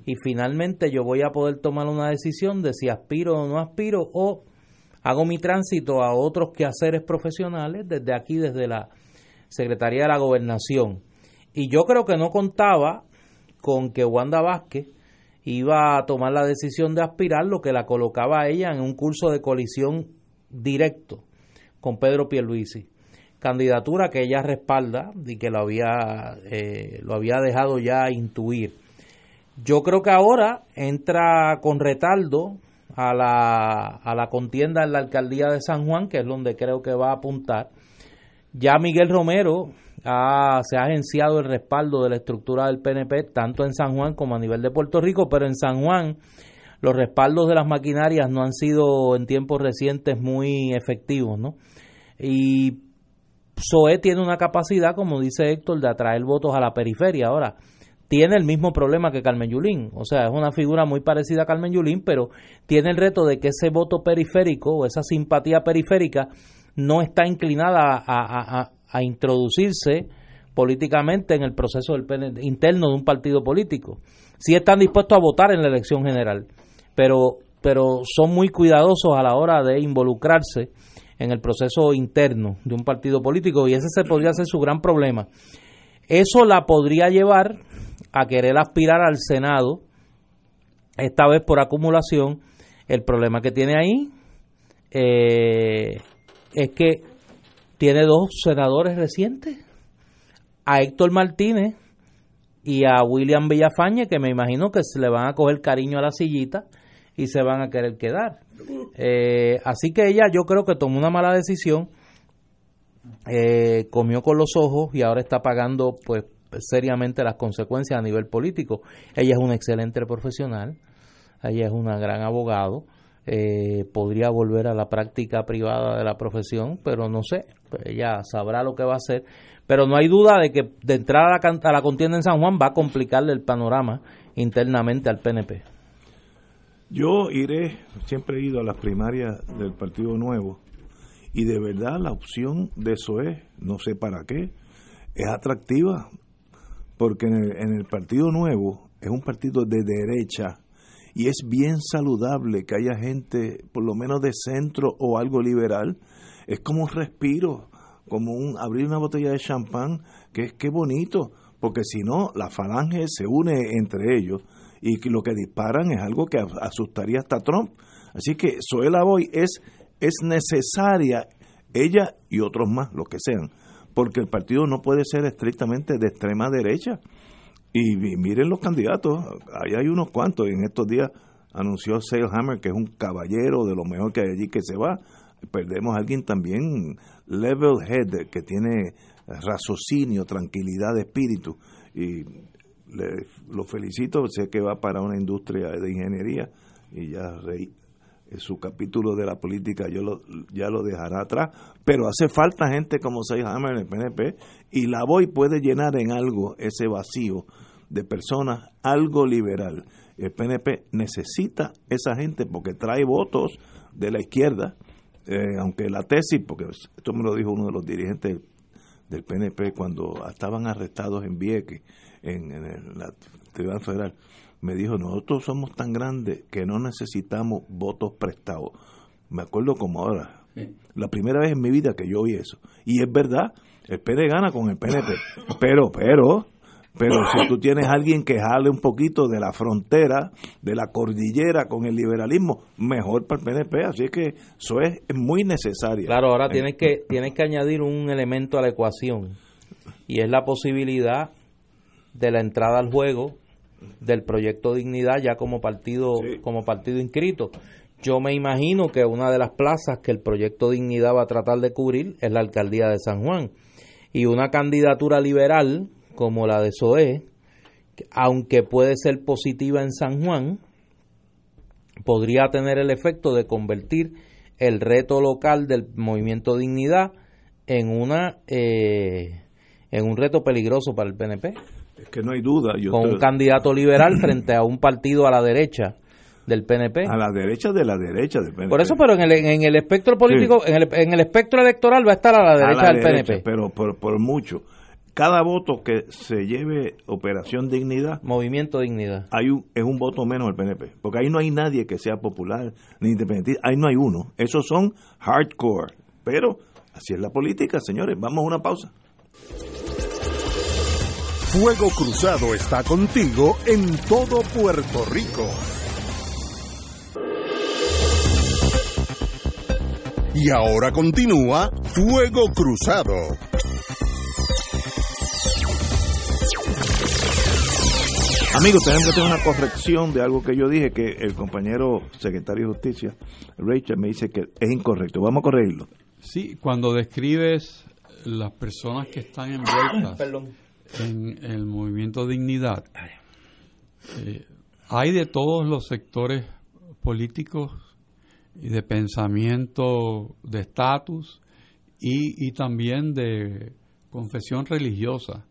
y finalmente yo voy a poder tomar una decisión de si aspiro o no aspiro, o hago mi tránsito a otros quehaceres profesionales desde aquí, desde la Secretaría de la Gobernación. Y yo creo que no contaba con que Wanda Vázquez iba a tomar la decisión de aspirar, lo que la colocaba a ella en un curso de colisión directo con Pedro Pierluisi, candidatura que ella respalda y que lo había eh, lo había dejado ya intuir. Yo creo que ahora entra con retardo a la, a la contienda en la alcaldía de San Juan, que es donde creo que va a apuntar. Ya Miguel Romero ha, se ha agenciado el respaldo de la estructura del P N P, tanto en San Juan como a nivel de Puerto Rico, pero en San Juan los respaldos de las maquinarias no han sido en tiempos recientes muy efectivos, ¿no? Y P S O E tiene una capacidad, como dice Héctor, de atraer votos a la periferia. Ahora, tiene el mismo problema que Carmen Yulín, o sea, es una figura muy parecida a Carmen Yulín, pero tiene el reto de que ese voto periférico o esa simpatía periférica no está inclinada a, a, a, a introducirse políticamente en el proceso del P N P, interno de un partido político. Sí están dispuestos a votar en la elección general, pero, pero son muy cuidadosos a la hora de involucrarse en el proceso interno de un partido político, y ese se podría ser su gran problema. Eso la podría llevar a querer aspirar al Senado, esta vez por acumulación. El problema que tiene ahí eh, es que tiene dos senadores recientes, a Héctor Martínez y a William Villafañe, que me imagino que se le van a coger cariño a la sillita y se van a querer quedar. Eh, así que ella, yo creo que tomó una mala decisión, eh, comió con los ojos y ahora está pagando pues seriamente las consecuencias a nivel político. Ella es una excelente profesional, ella es una gran abogado, eh, podría volver a la práctica privada de la profesión, pero no sé, ella sabrá lo que va a hacer, pero no hay duda de que de entrar a la, a la contienda en San Juan va a complicarle el panorama internamente al P N P. Yo iré, siempre he ido a las primarias del Partido Nuevo, y de verdad la opción de P S O E, no sé para qué, es atractiva, porque en el, en el Partido Nuevo es un partido de derecha y es bien saludable que haya gente por lo menos de centro o algo liberal. Es como un respiro, como un abrir una botella de champán, que es que bonito, porque si no la falange se une entre ellos y lo que disparan es algo que asustaría hasta a Trump. Así que Zoé Lavoy es, es necesaria, ella y otros más, los que sean, porque el partido no puede ser estrictamente de extrema derecha. Y, y miren los candidatos, ahí hay unos cuantos. En estos días anunció Sailhammer, que es un caballero de lo mejor que hay allí, que se va. Perdemos a alguien también level head, que tiene raciocinio, tranquilidad de espíritu, y le, lo felicito. Sé que va para una industria de ingeniería y ya reí. Su capítulo de la política yo lo, ya lo dejará atrás, pero hace falta gente como Sailhammer en el P N P, y Lavoy puede llenar en algo ese vacío de personas, algo liberal. El P N P necesita esa gente porque trae votos de la izquierda, eh, aunque la tesis, porque esto me lo dijo uno de los dirigentes del P N P cuando estaban arrestados en Vieques, en, en el, la Tribunal Federal, me dijo: nosotros somos tan grandes que no necesitamos votos prestados. Me acuerdo como ahora, sí. La primera vez en mi vida que yo oí eso. Y es verdad, el P D gana con el P N P. Pero, pero, pero si tú tienes a alguien que jale un poquito de la frontera, de la cordillera con el liberalismo, mejor para el P N P. Así que eso es muy necesario. Claro, ahora tienes que, tienes que añadir un elemento a la ecuación, y es la posibilidad de la entrada al juego del Proyecto Dignidad ya como partido, sí, como partido inscrito. Yo me imagino que una de las plazas que el Proyecto Dignidad va a tratar de cubrir es la alcaldía de San Juan, y una candidatura liberal como la de P S O E, aunque puede ser positiva en San Juan, podría tener el efecto de convertir el reto local del Movimiento Dignidad en una eh, en un reto peligroso para el P N P. Es que no hay duda. Yo con te... un candidato liberal frente a un partido a la derecha del P N P. A la derecha de la derecha del P N P. Por eso, pero en el, en el espectro político, sí, en, el, en el espectro electoral va a estar a la derecha, a la del derecha, P N P. Pero por, por mucho. cada voto que se lleve Operación Dignidad, Movimiento Dignidad, hay un, es un voto menos del P N P, porque ahí no hay nadie que sea popular ni independentista, ahí no hay uno, esos son hardcore, pero así es la política, señores. Vamos a una pausa. Fuego Cruzado está contigo en todo Puerto Rico. Y ahora continúa Fuego Cruzado. Amigos, tenemos que hacer una corrección de algo que yo dije, que el compañero secretario de Justicia, Rachel, me dice que es incorrecto. Vamos a corregirlo. Sí, cuando describes las personas que están envueltas en el movimiento Dignidad, eh, hay de todos los sectores políticos y de pensamiento, de estatus y, y también de confesión religiosa.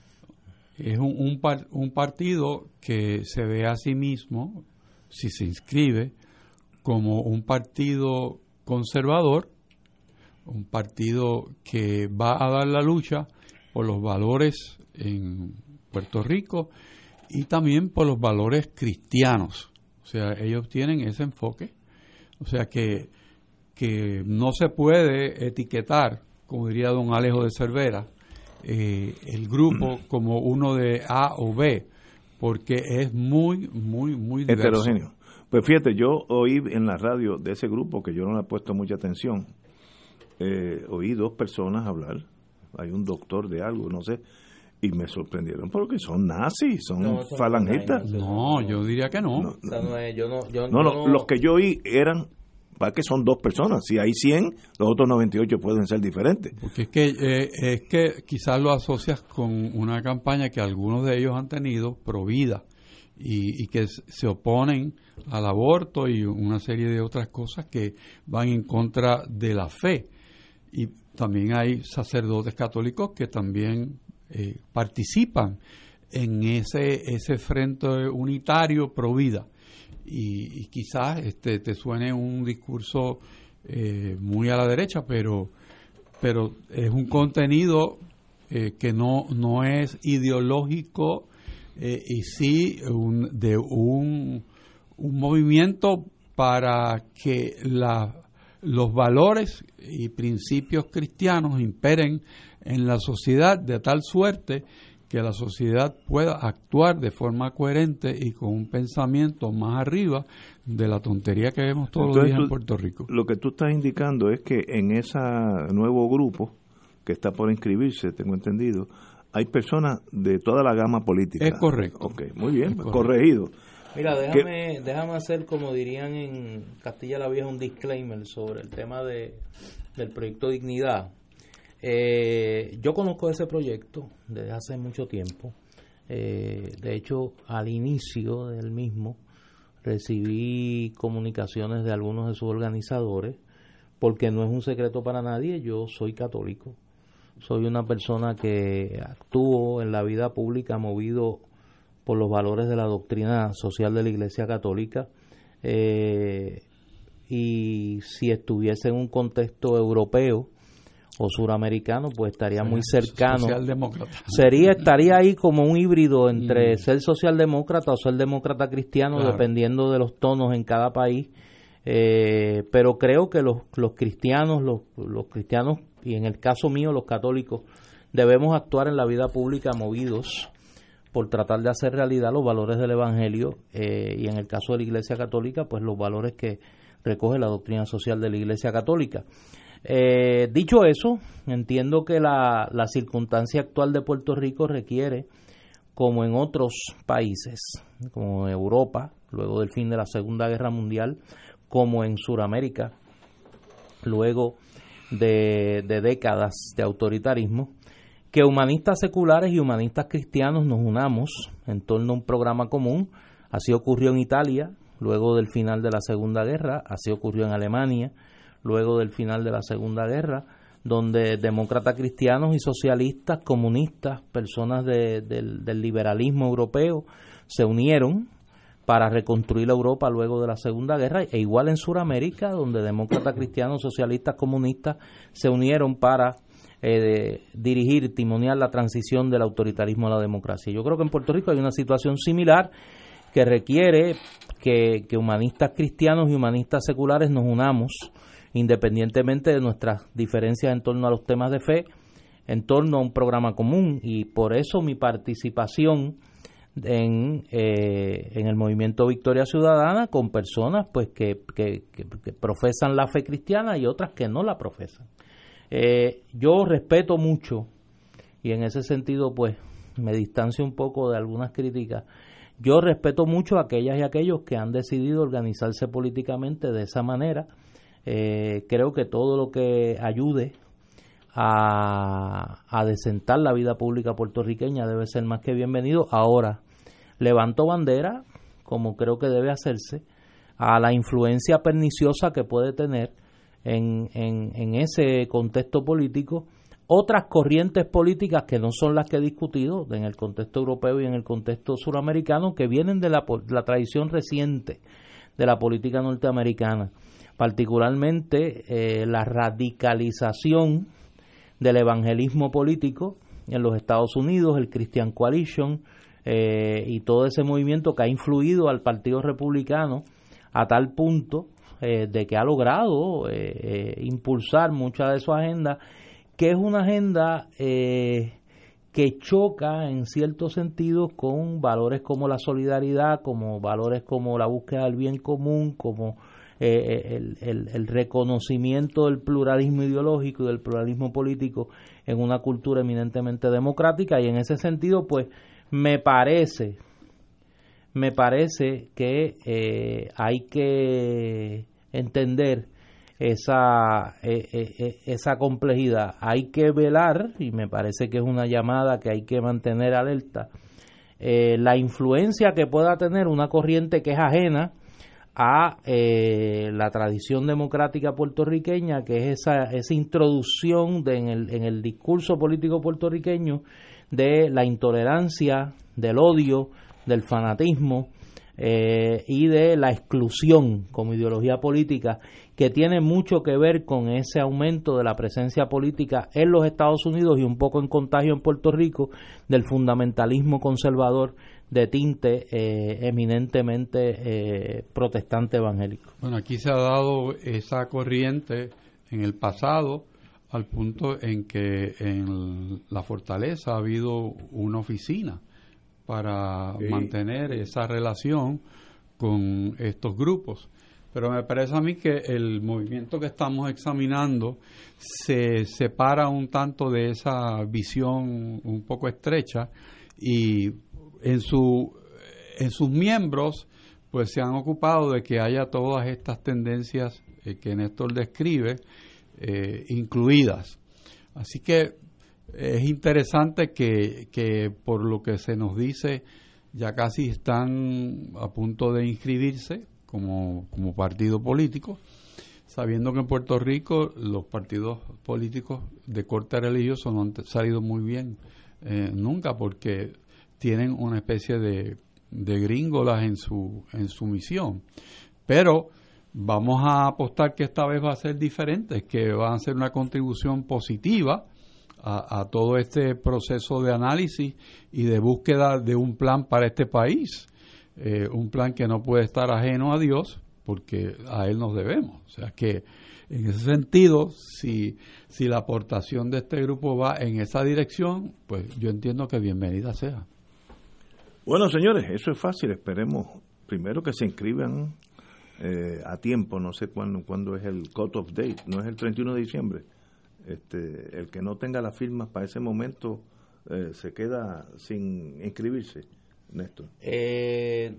Es un, un, par, un partido que se ve a sí mismo, si se inscribe, como un partido conservador, un partido que va a dar la lucha por los valores en Puerto Rico y también por los valores cristianos. O sea, ellos tienen ese enfoque. O sea, que, que no se puede etiquetar, como diría don Alejo de Cervera, eh, el grupo como uno de A o B, porque es muy, muy, muy diverso. Heterogéneo. Pues fíjate, yo oí en la radio de ese grupo, que yo no le he puesto mucha atención, eh, oí dos personas hablar, hay un doctor de algo, no sé, y me sorprendieron porque son nazis, son no, falangistas. No, yo diría que no. No, no, no, no, yo no, yo, no, no, yo no. Los que yo oí eran, para que son dos personas, si hay cien, los otros noventa y ocho pueden ser diferentes. Porque es que, eh, es que quizás lo asocias con una campaña que algunos de ellos han tenido, pro vida, y, y que se oponen al aborto y una serie de otras cosas que van en contra de la fe. Y también hay sacerdotes católicos que también eh, participan en ese ese frente unitario pro vida. Y, y quizás este te suene un discurso eh, muy a la derecha, pero pero es un contenido eh, que no no es ideológico eh, y sí un, de un, un movimiento para que la, los valores y principios cristianos imperen en la sociedad de tal suerte que la sociedad pueda actuar de forma coherente y con un pensamiento más arriba de la tontería que vemos todos Entonces, los días tú, en Puerto Rico. Lo que tú estás indicando es que en ese nuevo grupo que está por inscribirse, tengo entendido, hay personas de toda la gama política. Es correcto. Ok, muy bien, pues, corregido. Mira, déjame, déjame hacer, como dirían en Castilla la Vieja, un disclaimer sobre el tema de del proyecto Dignidad. Eh, yo conozco ese proyecto desde hace mucho tiempo. Eh, de hecho, al inicio del mismo recibí comunicaciones de algunos de sus organizadores, porque no es un secreto para nadie, yo soy católico. Soy una persona que actúo en la vida pública movido por los valores de la doctrina social de la Iglesia Católica. Eh, y si estuviese en un contexto europeo o suramericano, pues estaría muy cercano. Socialdemócrata. Sería, estaría ahí como un híbrido entre mm. ser socialdemócrata o ser demócrata cristiano, claro, dependiendo de los tonos en cada país. Eh, pero creo que los, los cristianos, los, los cristianos, y en el caso mío, los católicos, debemos actuar en la vida pública movidos por tratar de hacer realidad los valores del Evangelio, eh, y en el caso de la Iglesia Católica, pues los valores que recoge la doctrina social de la Iglesia Católica. Eh, dicho eso, entiendo que la, la circunstancia actual de Puerto Rico requiere, como en otros países, como en Europa, luego del fin de la Segunda Guerra Mundial, como en Sudamérica, luego de, de décadas de autoritarismo, que humanistas seculares y humanistas cristianos nos unamos en torno a un programa común. Así ocurrió en Italia, luego del final de la Segunda Guerra, así ocurrió en Alemania, luego del final de la Segunda Guerra, donde demócratas cristianos y socialistas, comunistas, personas de, de, del liberalismo europeo, se unieron para reconstruir la Europa luego de la Segunda Guerra, e igual en Sudamérica, donde demócratas cristianos, socialistas, comunistas se unieron para eh, de dirigir, timoniar la transición del autoritarismo a la democracia. Yo creo que en Puerto Rico hay una situación similar que requiere que, que humanistas cristianos y humanistas seculares nos unamos, independientemente de nuestras diferencias en torno a los temas de fe, en torno a un programa común, y por eso mi participación en, eh, en el movimiento Victoria Ciudadana con personas pues que, que, que, que profesan la fe cristiana y otras que no la profesan. Eh, yo respeto mucho, y en ese sentido pues me distancio un poco de algunas críticas. Yo respeto mucho a aquellas y aquellos que han decidido organizarse políticamente de esa manera. Eh, creo que todo lo que ayude a, a desentar la vida pública puertorriqueña debe ser más que bienvenido. Ahora, levanto bandera, como creo que debe hacerse, a la influencia perniciosa que puede tener en, en, en ese contexto político otras corrientes políticas que no son las que he discutido en el contexto europeo y en el contexto suramericano, que vienen de la, la tradición reciente de la política norteamericana, particularmente eh, la radicalización del evangelismo político en los Estados Unidos, el Christian Coalition eh, y todo ese movimiento que ha influido al Partido Republicano a tal punto eh, de que ha logrado eh, eh, impulsar mucha de su agenda, que es una agenda eh, que choca en ciertos sentidos con valores como la solidaridad, como valores como la búsqueda del bien común, como eh, el, el, el reconocimiento del pluralismo ideológico y del pluralismo político en una cultura eminentemente democrática. Y en ese sentido, pues, me parece, me parece que eh, hay que entender esa eh, eh, esa complejidad. Hay que velar, y me parece que es una llamada que hay que mantener alerta, eh, la influencia que pueda tener una corriente que es ajena a eh, la tradición democrática puertorriqueña, que es esa esa introducción de, en el en el discurso político puertorriqueño de la intolerancia, del odio, del fanatismo eh, y de la exclusión como ideología política, que tiene mucho que ver con ese aumento de la presencia política en los Estados Unidos y un poco en contagio en Puerto Rico del fundamentalismo conservador de tinte eh, eminentemente eh, protestante evangélico. Bueno, aquí se ha dado esa corriente en el pasado al punto en que en la Fortaleza ha habido una oficina para sí. mantener esa relación con estos grupos. Pero me parece a mí que el movimiento que estamos examinando se separa un tanto de esa visión un poco estrecha, y en su en sus miembros pues se han ocupado de que haya todas estas tendencias eh, que Néstor describe eh, incluidas. Así que es interesante que, que por lo que se nos dice ya casi están a punto de inscribirse como, como partido político, sabiendo que en Puerto Rico los partidos políticos de corte religioso no han salido muy bien eh, nunca, porque tienen una especie de, de gringolas en su, en su misión. Pero vamos a apostar que esta vez va a ser diferente, que va a ser una contribución positiva a, a todo este proceso de análisis y de búsqueda de un plan para este país. Eh, un plan que no puede estar ajeno a Dios, porque a Él nos debemos. O sea que, en ese sentido, si, si la aportación de este grupo va en esa dirección, pues yo entiendo que bienvenida sea. Bueno, señores, eso es fácil. Esperemos primero que se inscriban eh, a tiempo. No sé cuándo, cuándo es el cut-off date. No es el treinta y uno de diciembre. Este, el que no tenga las firmas para ese momento eh, se queda sin inscribirse. Néstor. Eh,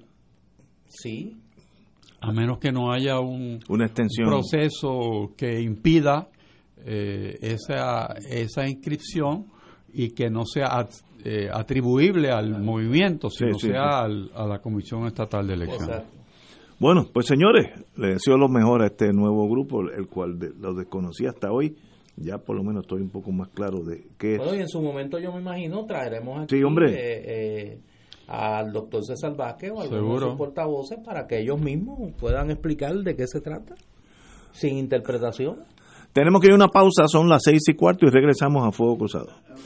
sí. A menos que no haya un, Una extensión. un proceso que impida eh, esa, esa inscripción y que no sea eh, atribuible al claro. movimiento, sino sí, sí, sea sí. Al, a la Comisión Estatal de Elecciones. Exacto. Bueno, pues señores, les deseo lo mejor a este nuevo grupo, el cual de, lo desconocí hasta hoy. Ya por lo menos estoy un poco más claro de qué es. Bueno, y en su momento yo me imagino traeremos aquí sí, hombre. Eh, eh, al doctor César Vázquez o a algunos de sus portavoces para que ellos mismos puedan explicar de qué se trata, sin interpretación. Tenemos que ir a una pausa, son las seis y cuarto y regresamos a Fuego Cruzado.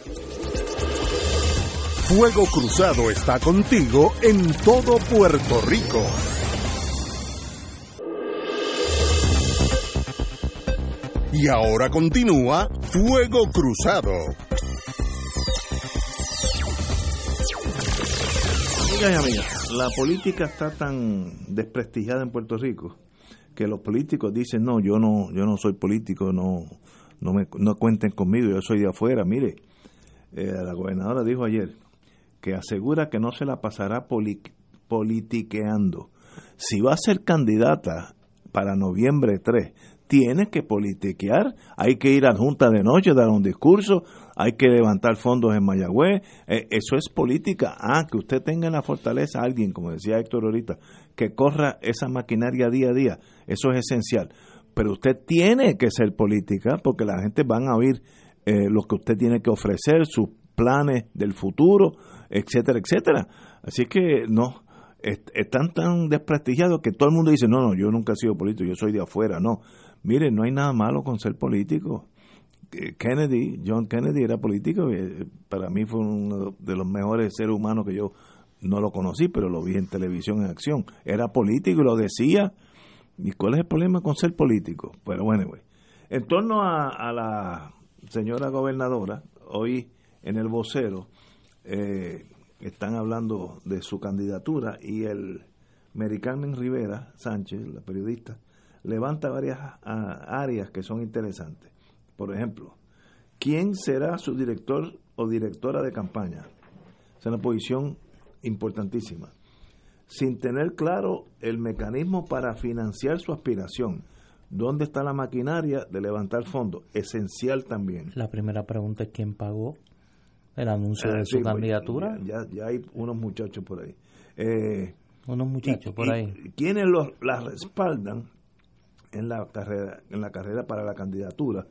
Fuego Cruzado está contigo en todo Puerto Rico. Y ahora continúa Fuego Cruzado. Amigas y amigas, la política está tan desprestigiada en Puerto Rico que los políticos dicen, no, yo no yo no soy político, no no me no cuenten conmigo, yo soy de afuera. Mire, eh, la gobernadora dijo ayer que asegura que no se la pasará poli- politiqueando. Si va a ser candidata para noviembre tres, tiene que politiquear, hay que ir a la Junta de Noche, dar un discurso, hay que levantar fondos en Mayagüez, eh, eso es política. Ah, que usted tenga en la fortaleza a alguien, como decía Héctor ahorita, que corra esa maquinaria día a día, eso es esencial. Pero usted tiene que ser política, porque la gente van a oír eh, lo que usted tiene que ofrecer, sus planes del futuro, etcétera, etcétera. Así que no, est- están tan desprestigiados que todo el mundo dice, no, no, yo nunca he sido político, yo soy de afuera. No, mire, no hay nada malo con ser político. Kennedy, John Kennedy era político, eh, para mí fue uno de los mejores seres humanos que yo no lo conocí, pero lo vi en televisión en acción. Era político y lo decía. ¿Y cuál es el problema con ser político? Pero bueno, güey. En torno a, a la señora gobernadora, hoy en el vocero eh, están hablando de su candidatura y el Mary Carmen Rivera Sánchez, la periodista, levanta varias a, áreas que son interesantes. Por ejemplo, ¿quién será su director o directora de campaña? Es una posición importantísima. Sin tener claro el mecanismo para financiar su aspiración, ¿dónde está la maquinaria de levantar fondos? Esencial también. La primera pregunta es ¿quién pagó el anuncio Ah, de sí, su candidatura? Ya, ya hay unos muchachos por ahí. Eh, Unos muchachos y, por y ahí. ¿Quiénes los, la respaldan en la carrera en la carrera para la candidatura?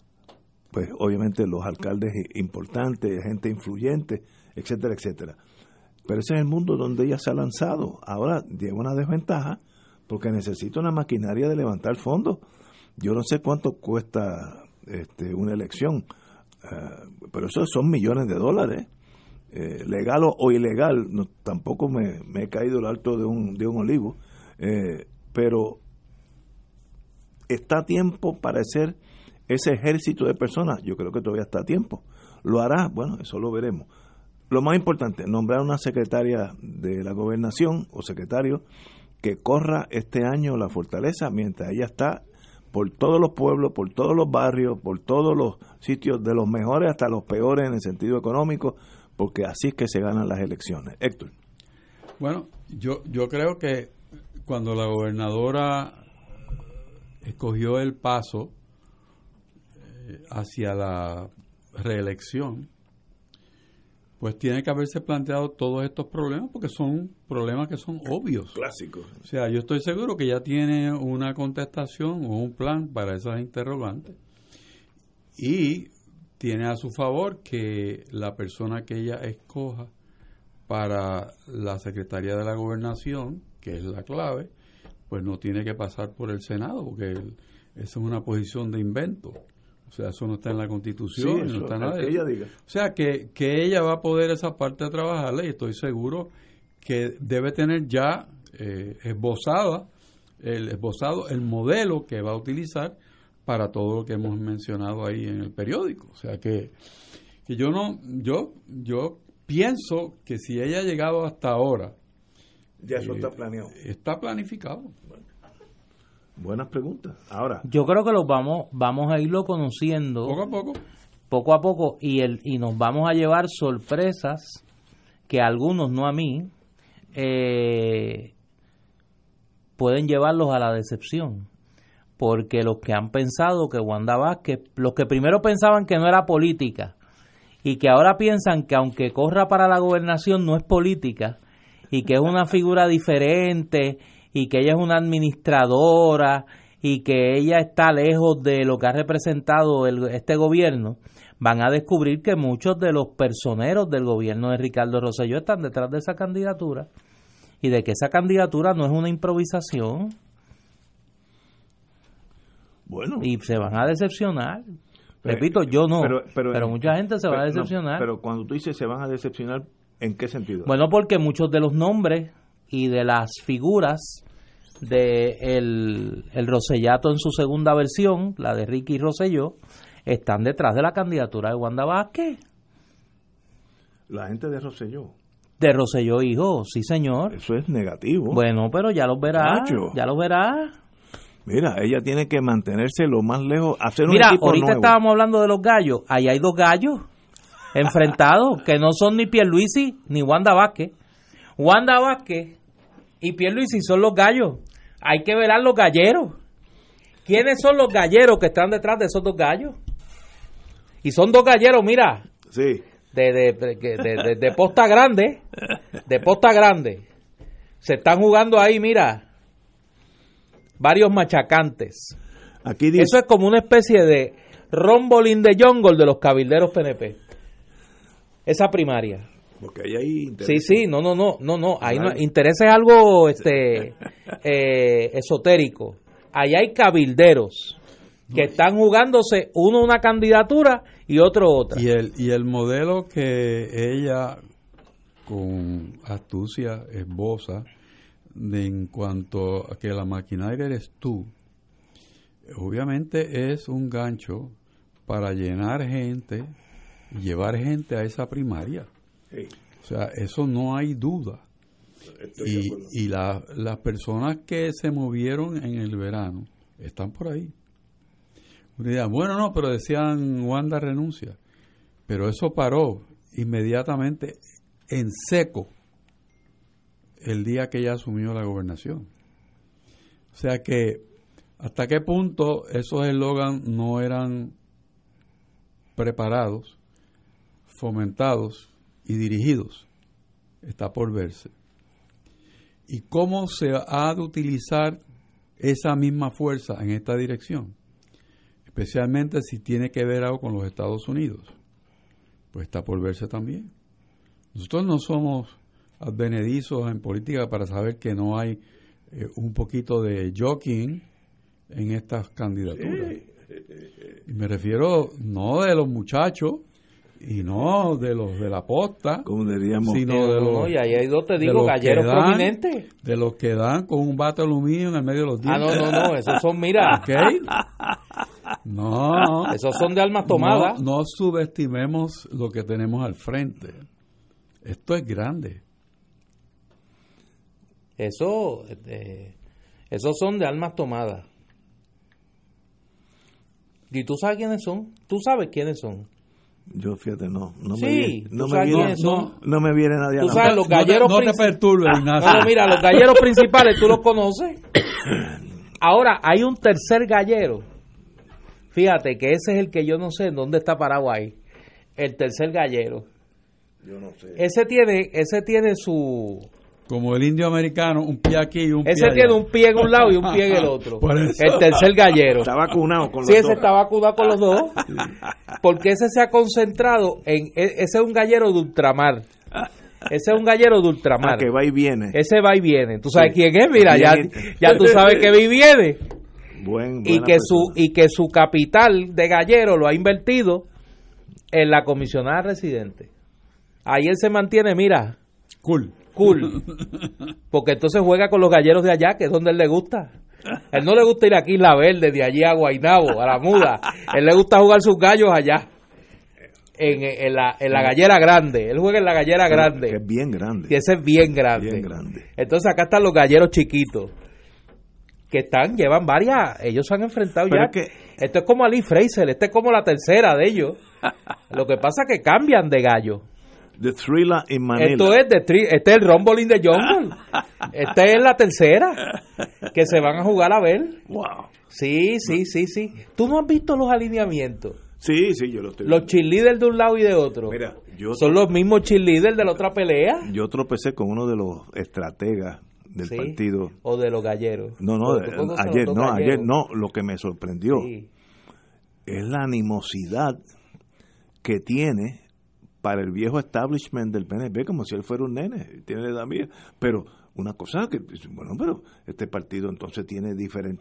Pues obviamente los alcaldes importantes, gente influyente, etcétera, etcétera. Pero ese es el mundo donde ella se ha lanzado. Ahora lleva una desventaja porque necesita una maquinaria de levantar fondos. Yo no sé cuánto cuesta este, una elección, uh, pero eso son millones de dólares. Eh, legal o, o ilegal, no, tampoco me, me he caído el alto de un, de un olivo, eh, pero está a tiempo para hacer ese ejército de personas. Yo creo que todavía está a tiempo. ¿Lo hará? Bueno, eso lo veremos. Lo más importante, nombrar una secretaria de la gobernación o secretario que corra este año la fortaleza mientras ella está por todos los pueblos, por todos los barrios, por todos los sitios, de los mejores hasta los peores en el sentido económico, porque así es que se ganan las elecciones. Héctor. Bueno, yo, yo creo que cuando la gobernadora escogió el paso eh, hacia la reelección, pues tiene que haberse planteado todos estos problemas porque son problemas que son obvios. Clásicos. O sea, yo estoy seguro que ya tiene una contestación o un plan para esas interrogantes y tiene a su favor que la persona que ella escoja para la Secretaría de la Gobernación, que es la clave, pues no tiene que pasar por el Senado porque el, esa es una posición de invento. O sea, eso no está en la Constitución, Sí, eso, no está nada de que ella eso. diga. O sea, que, que ella va a poder esa parte de trabajarla y estoy seguro que debe tener ya eh, esbozada, el esbozado el modelo que va a utilizar para todo lo que hemos mencionado ahí en el periódico. O sea, que, que yo no, yo, yo pienso que si ella ha llegado hasta ahora, Ya eso eh, está planeado. Está planificado. Buenas preguntas. Ahora, Yo creo que los vamos vamos a irlo conociendo Poco a poco. poco a poco y el y nos vamos a llevar sorpresas que a algunos, no a mí, eh, pueden llevarlos a la decepción. Porque los que han pensado que Wanda Vázquez, los que primero pensaban que no era política y que ahora piensan que aunque corra para la gobernación no es política y que es una figura diferente y que ella es una administradora y que ella está lejos de lo que ha representado el, este gobierno, van a descubrir que muchos de los personeros del gobierno de Ricardo Rosselló están detrás de esa candidatura y de que esa candidatura no es una improvisación. Bueno. Y se van a decepcionar. Repito, yo no, pero, pero, pero mucha gente se pero, va a decepcionar. No, pero cuando tú dices se van a decepcionar, ¿en qué sentido? Bueno, porque muchos de los nombres y de las figuras de el, el Rosellato en su segunda versión, la de Ricky Rosselló, están detrás de la candidatura de Wanda Vázquez. La gente de Rosselló. De Rosselló, hijo, sí señor. Eso es negativo. Bueno, pero ya los verás, ya los verás. Mira, ella tiene que mantenerse lo más lejos, hacer Mira, un equipo ahorita nuevo. Estábamos hablando de los gallos, ahí hay dos gallos enfrentados, que no son ni Pierluisi ni Wanda Vázquez. Wanda Vázquez y Pierluisi son los gallos. Hay que velar los galleros. ¿Quiénes son los galleros que están detrás de esos dos gallos? Y son dos galleros, mira. Sí. De, de, de, de, de, de posta grande. De posta grande. Se están jugando ahí, mira. Varios machacantes. Aquí dice, eso es como una especie de Rumble in the Jungle de los cabilderos P N P. Esa primaria. Porque ahí hay intereses. Sí, sí, no, no, no, no, no. Ahí no, interés es algo este, eh, esotérico. Ahí hay cabilderos que están jugándose uno una candidatura y otro otra. Y el, y el modelo que ella, con astucia, esboza, de en cuanto a que la maquinaria eres tú, obviamente es un gancho para llenar gente, llevar gente a esa primaria. Sí. O sea, eso no hay duda. Y, y la, las personas que se movieron en el verano están por ahí. Bueno, no, pero decían Wanda renuncia. Pero eso paró inmediatamente en seco el día que ella asumió la gobernación. O sea que hasta qué punto esos eslogans no eran preparados, fomentados y dirigidos, está por verse. ¿Y cómo se ha de utilizar esa misma fuerza en esta dirección? Especialmente si tiene que ver algo con los Estados Unidos. Pues está por verse también. Nosotros no somos advenedizos en política para saber que no hay eh, un poquito de jockeying en estas candidaturas. Y me refiero no de los muchachos y no de los de la posta, como diríamos, sino de los, no, y ahí hay dos, te digo, galleros dan, prominentes. De los que dan con un bate de aluminio en el medio de los dientes. Ah, no, no, no, esos son, mira. ¿Okay? No. Esos son de almas tomadas. No, no subestimemos lo que tenemos al frente. Esto es grande. Eso, eh, esos son de almas tomadas. ¿Y tú sabes quiénes son? ¿Tú sabes quiénes son? Yo, fíjate, no. No sí, me viene, no, me viene, no, no me viene nadie a la Tú sabes, los galleros no te, no te perturbes, Ignacio. No, mira, los galleros principales, ¿tú los conoces? Ahora, hay un tercer gallero. Fíjate que ese es el que yo no sé en dónde está parado ahí. El tercer gallero. Yo no sé. Ese tiene, ese tiene su... Como el indio americano, un pie aquí y un pie ese allá. tiene un pie en un lado y un pie en el otro. El tercer gallero. Está vacunado con los sí, dos. Sí, ese está vacunado con los dos. Porque ese se ha concentrado en... Ese es un gallero de ultramar. Ese es un gallero de ultramar. Ah, que va y viene. Ese va y viene. ¿Tú sabes sí. quién es? Mira, ya, Bien. ya tú sabes que va y viene. Buen, y que su y que su capital de gallero lo ha invertido en la comisionada residente. Ahí él se mantiene, mira, cool, cool, porque entonces juega con los galleros de allá, que es donde él le gusta. Él no le gusta ir aquí a Isla Verde, de allí a Guaynabo, a la Muda. Él le gusta jugar sus gallos allá, en, en la en la gallera grande. Él juega en la gallera grande, que es bien grande. Y ese es bien grande. Bien grande. Entonces acá están los galleros chiquitos. Que están, llevan varias, ellos se han enfrentado Pero ya. que, esto es como Ali Fraser, este es como la tercera de ellos. Lo que pasa es que cambian de gallo. The Thriller in Manila. Esto es de tri- este es el Rumble in the Jungle. Esta es la tercera que se van a jugar a ver. Wow. Sí, sí, sí, sí. ¿Tú no has visto los alineamientos? Sí, sí, yo lo estoy Los viendo. cheerleaders de un lado y de otro. Mira, yo son los mismos cheerleaders de la otra pelea. Yo tropecé con uno de los estrategas del sí, partido. O de los galleros. No, no, de, ayer no, galleros. ayer no. Lo que me sorprendió sí. es la animosidad que tiene para el viejo establishment del P N P, como si él fuera un nene, tiene la edad mía. Pero una cosa que, bueno, pero este partido entonces tiene diferentes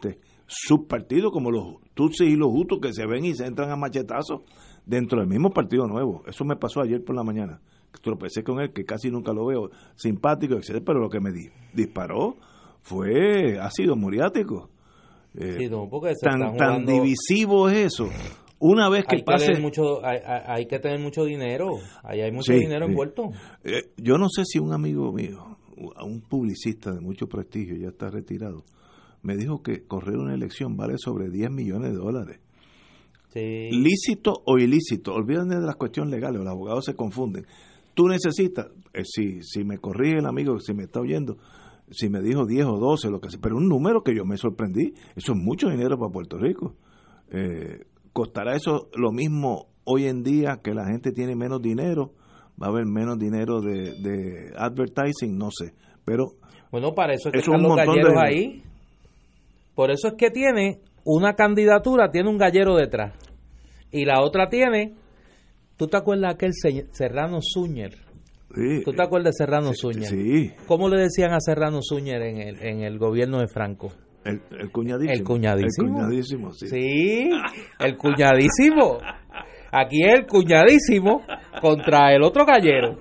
subpartidos como los Tutsis y los Hutus que se ven y se entran a machetazos dentro del mismo Partido Nuevo. Eso me pasó ayer por la mañana. Tropecé con él, que casi nunca lo veo, simpático, etcétera, pero lo que me di, disparó fue ácido muriático. Eh, sí, no, porque se tan, están tan jugando... divisivo es eso. Una vez que hay pase... Que tener mucho, hay, hay, hay que tener mucho dinero, ahí hay mucho sí, dinero sí. envuelto. Eh, yo no sé si un amigo mío, un publicista de mucho prestigio, ya está retirado, me dijo que correr una elección vale sobre diez millones de dólares. Sí. Lícito o ilícito, olvídense de las cuestiones legales, los abogados se confunden. Tú necesitas, eh, si, si me corrige el amigo, si me está oyendo, si me dijo diez o doce, lo que sea, pero un número que yo me sorprendí, eso es mucho dinero para Puerto Rico. Eh, ¿Costará eso lo mismo hoy en día que la gente tiene menos dinero? ¿Va a haber menos dinero de, de advertising? No sé, pero... Bueno, para eso es que eso están es un los montón galleros de... ahí. Por eso es que tiene una candidatura, tiene un gallero detrás. Y la otra tiene... ¿Tú te acuerdas de aquel Serrano Suñer? Sí, ¿Tú te acuerdas de Serrano sí, Suñer? Sí. ¿Cómo le decían a Serrano Suñer en el, en el gobierno de Franco? El, el cuñadísimo. El cuñadísimo. El cuñadísimo, sí. Sí, el cuñadísimo. Aquí es el cuñadísimo contra el otro gallero.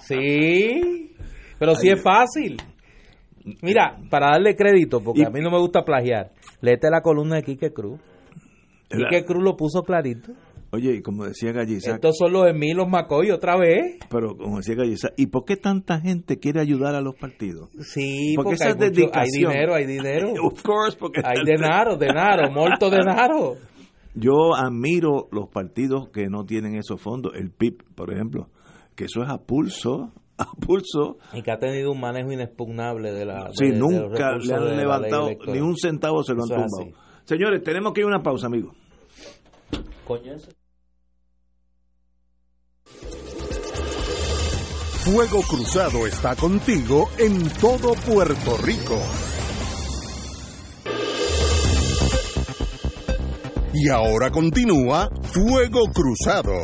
Sí, pero sí es fácil. Mira, para darle crédito, porque y, a mí no me gusta plagiar, léete la columna de Quique Cruz. Quique Cruz lo puso clarito. Oye, y como decía Galliza... Estos son los Emilos McCoy otra vez. Pero como decía Galliza, ¿y por qué tanta gente quiere ayudar a los partidos? Sí, porque, porque esa hay, mucho, hay dinero, hay dinero. Of course, porque... Hay dinero, dinero, molto dinero. Yo admiro los partidos que no tienen esos fondos. El P I B, por ejemplo, que eso es a pulso, a pulso. Y que ha tenido un manejo inexpugnable de la... Sí, de, nunca de le han levantado ni un centavo, se lo eso han tumbado. Señores, tenemos que ir a una pausa, amigos. Coño, eso. Fuego Cruzado está contigo en todo Puerto Rico. Y ahora continúa Fuego Cruzado.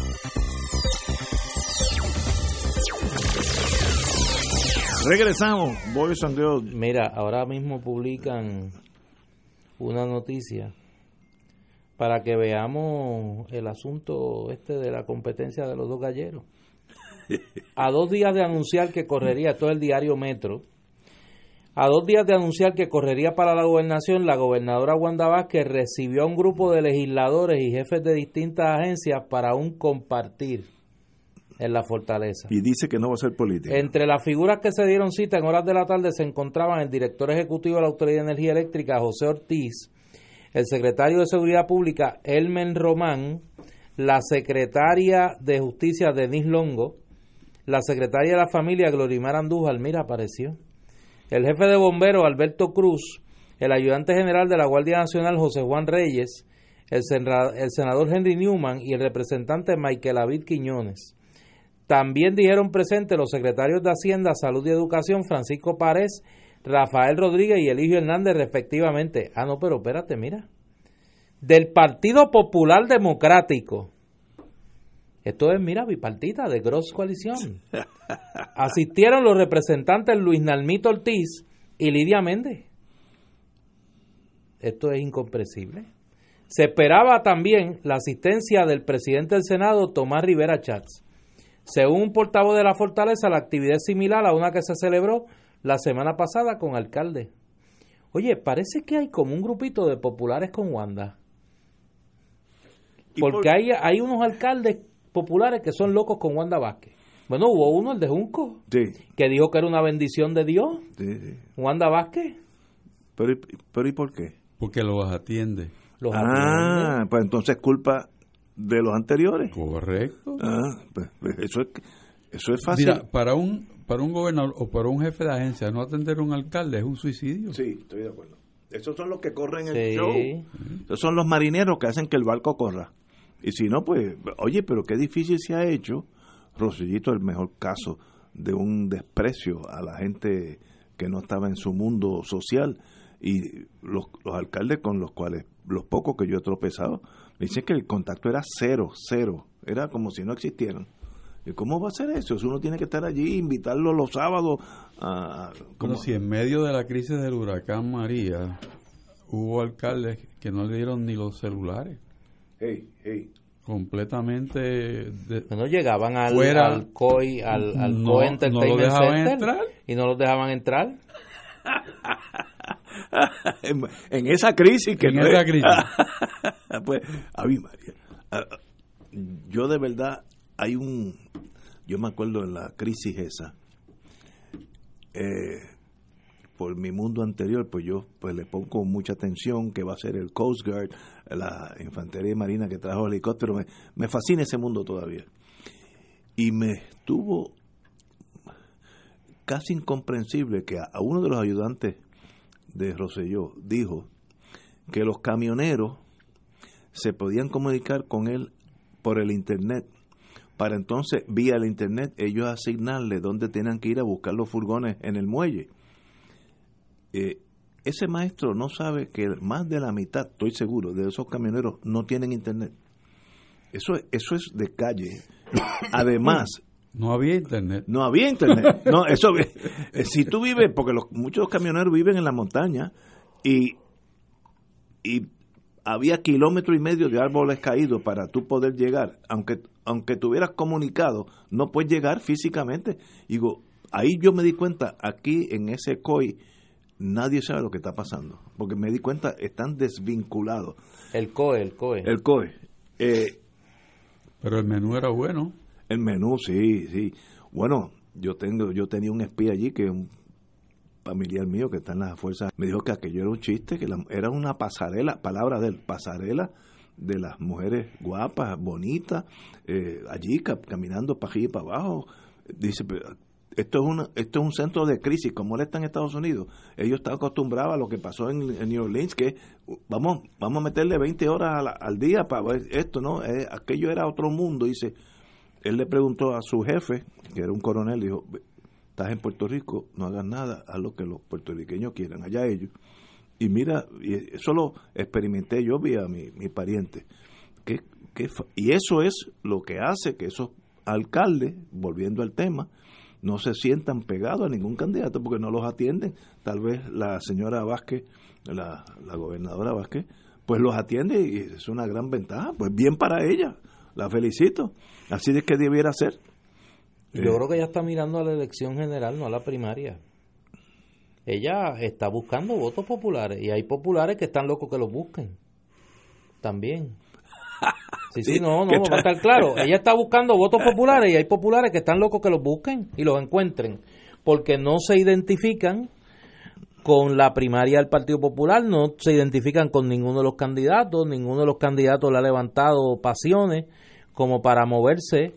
Regresamos, Boys and Girls. Mira, ahora mismo publican una noticia para que veamos el asunto este de la competencia de los dos galleros. A dos días de anunciar que correría, esto es el diario Metro, a dos días de anunciar que correría para la gobernación, la gobernadora Wanda Vázquez recibió a un grupo de legisladores y jefes de distintas agencias para un compartir en la fortaleza. Y dice que no va a ser política. Entre las figuras que se dieron cita en horas de la tarde se encontraban el director ejecutivo de la Autoridad de Energía Eléctrica, José Ortiz, el secretario de Seguridad Pública, Elmen Román, la secretaria de Justicia, Denise Longo, la secretaria de la Familia, Glorimar Andújar, mira, apareció, el jefe de bomberos, Alberto Cruz, el ayudante general de la Guardia Nacional, José Juan Reyes, el, senra, el senador Henry Newman y el representante Michael David Quiñones. También dijeron presentes los secretarios de Hacienda, Salud y Educación, Francisco Párez, Rafael Rodríguez y Eligio Hernández, respectivamente. Ah, no, pero espérate, mira. Del Partido Popular Democrático. Esto es, mira, bipartita, de Gross Coalición. Asistieron los representantes Luis Nalmito Ortiz y Lidia Méndez. Esto es incomprensible. Se esperaba también la asistencia del presidente del Senado, Tomás Rivera Chats. Según un portavoz de la Fortaleza, la actividad es similar a una que se celebró la semana pasada con alcaldes. Oye, parece que hay como un grupito de populares con Wanda. Porque por... hay, hay unos alcaldes populares que son locos con Wanda Vázquez. Bueno, hubo uno, el de Junco, sí, que dijo que era una bendición de Dios. Sí, sí. Wanda Vázquez. Pero, pero ¿y por qué? Porque los atiende. Los ah, atiende. Pues entonces culpa de los anteriores. Correcto. Ah, pues, pues eso es eso es fácil. Mira, para un para un gobernador o para un jefe de agencia no atender a un alcalde es un suicidio. Sí, estoy de acuerdo. Esos son los que corren Sí. el show. Esos son los marineros que hacen que el barco corra. Y si no, pues, oye, pero qué difícil se ha hecho. Rosellito, el mejor caso de un desprecio a la gente que no estaba en su mundo social. Y los, los alcaldes con los cuales, los pocos que yo he tropezado, me dicen que el contacto era cero, cero. Era como si no existieran. ¿Y cómo va a ser eso? Si uno tiene que estar allí, invitarlo los sábados a... Bueno, si en medio de la crisis del huracán María hubo alcaldes que no le dieron ni los celulares. Hey, hey. Completamente de, no llegaban al, fuera, al C O I, al, al no, C O I Entertainment no lo dejaban Center entrar. Y no los dejaban entrar. en, en esa crisis que en no esa es, crisis pues a mí María, yo de verdad hay un, yo me acuerdo en la crisis esa, eh, por mi mundo anterior, pues yo pues le pongo mucha atención que va a ser el Coast Guard, la infantería marina que trajo helicóptero, me, me fascina ese mundo todavía. Y me estuvo casi incomprensible que a, a uno de los ayudantes de Rosselló dijo que los camioneros se podían comunicar con él por el internet, para entonces vía el internet ellos asignarle dónde tenían que ir a buscar los furgones en el muelle. Eh, ese maestro no sabe que más de la mitad, estoy seguro, de esos camioneros no tienen internet. Eso, eso es de calle. Además, no había internet. No había internet. No, eso, eh, si tú vives, porque los, muchos camioneros viven en la montaña y, y había kilómetro y medio de árboles caídos para tú poder llegar, aunque aunque tuvieras comunicado, no puedes llegar físicamente. Digo, ahí yo me di cuenta, aquí en ese C O I, nadie sabe lo que está pasando, porque me di cuenta, están desvinculados. El C O E, el C O E. El C O E. Eh, Pero el menú era bueno. El menú, sí, sí. Bueno, yo tengo, yo tenía un espía allí que es un familiar mío que está en las fuerzas. Me dijo que aquello era un chiste, que la, era una pasarela, palabra de él, pasarela de las mujeres guapas, bonitas, eh, allí ca, caminando para arriba y para abajo. Dice, esto es una, esto es un centro de crisis, como él está en Estados Unidos. Ellos están acostumbrados a lo que pasó en, en New Orleans, que vamos, vamos a meterle veinte horas a la, al día para ver esto, ¿no? Eh, aquello era otro mundo, dice. Él le preguntó a su jefe, que era un coronel, dijo, estás en Puerto Rico, no hagas nada, haz lo que los puertorriqueños quieran, allá ellos. Y mira, y eso lo experimenté yo, vi a mi, mi pariente. Que, que, y eso es lo que hace que esos alcaldes, volviendo al tema, no se sientan pegados a ningún candidato porque no los atienden. Tal vez la señora Vázquez, la, la gobernadora Vázquez, pues los atiende y es una gran ventaja. Pues bien para ella, la felicito. Así es que debiera ser. Yo eh. creo que ella está mirando a la elección general, no a la primaria. Ella está buscando votos populares y hay populares que están locos que los busquen. También. Sí, sí, no, no, va a estar claro. Ella está buscando votos populares y hay populares que están locos que los busquen y los encuentren. Porque no se identifican con la primaria del Partido Popular, no se identifican con ninguno de los candidatos, ninguno de los candidatos le ha levantado pasiones como para moverse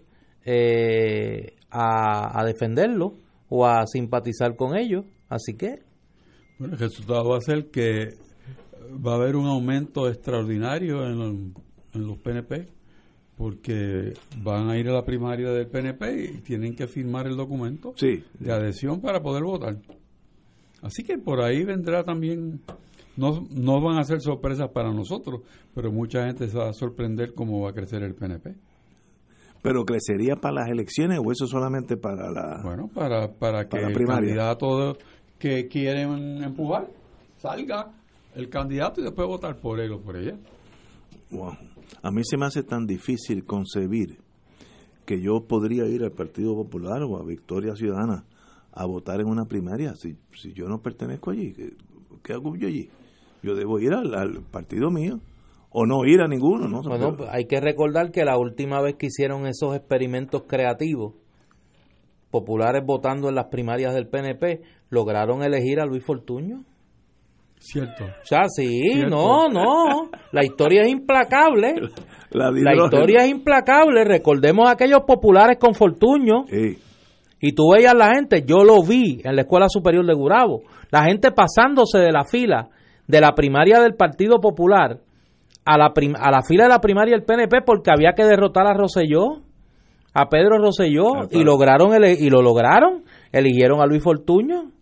eh, a, a defenderlo o a simpatizar con ellos. Así que... Bueno, el resultado va a ser que va a haber un aumento extraordinario en los, en los P N P, porque van a ir a la primaria del P N P y tienen que firmar el documento sí. de adhesión para poder votar. Así que por ahí vendrá también, no, no van a ser sorpresas para nosotros, pero mucha gente se va a sorprender cómo va a crecer el P N P. ¿Pero crecería para las elecciones o eso solamente para la Bueno, para, para que para el primaria? candidato que quieren empujar salga el candidato y después votar por él o por ella. Wow. A mí se me hace tan difícil concebir que yo podría ir al Partido Popular o a Victoria Ciudadana a votar en una primaria si, si yo no pertenezco allí. ¿Qué, qué hago yo allí? Yo debo ir al, al partido mío o no ir a ninguno, ¿no? Bueno, hay que recordar que la última vez que hicieron esos experimentos creativos populares votando en las primarias del P N P, lograron elegir a Luis Fortuño. Cierto. O sea, sí, Cierto. no, no. La historia es implacable. La, la historia es implacable. Recordemos a aquellos populares con Fortuño. Sí. Y tú veías la gente, yo lo vi en la Escuela Superior de Gurabo, la gente pasándose de la fila de la primaria del Partido Popular a la, prim- a la fila de la primaria del P N P porque había que derrotar a Rosselló, a Pedro Rosselló, ah, claro. y lograron ele- y lo lograron, eligieron a Luis Fortuño.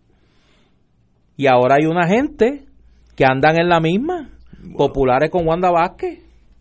Y ahora hay una gente que andan en la misma, wow. populares con Wanda Vázquez.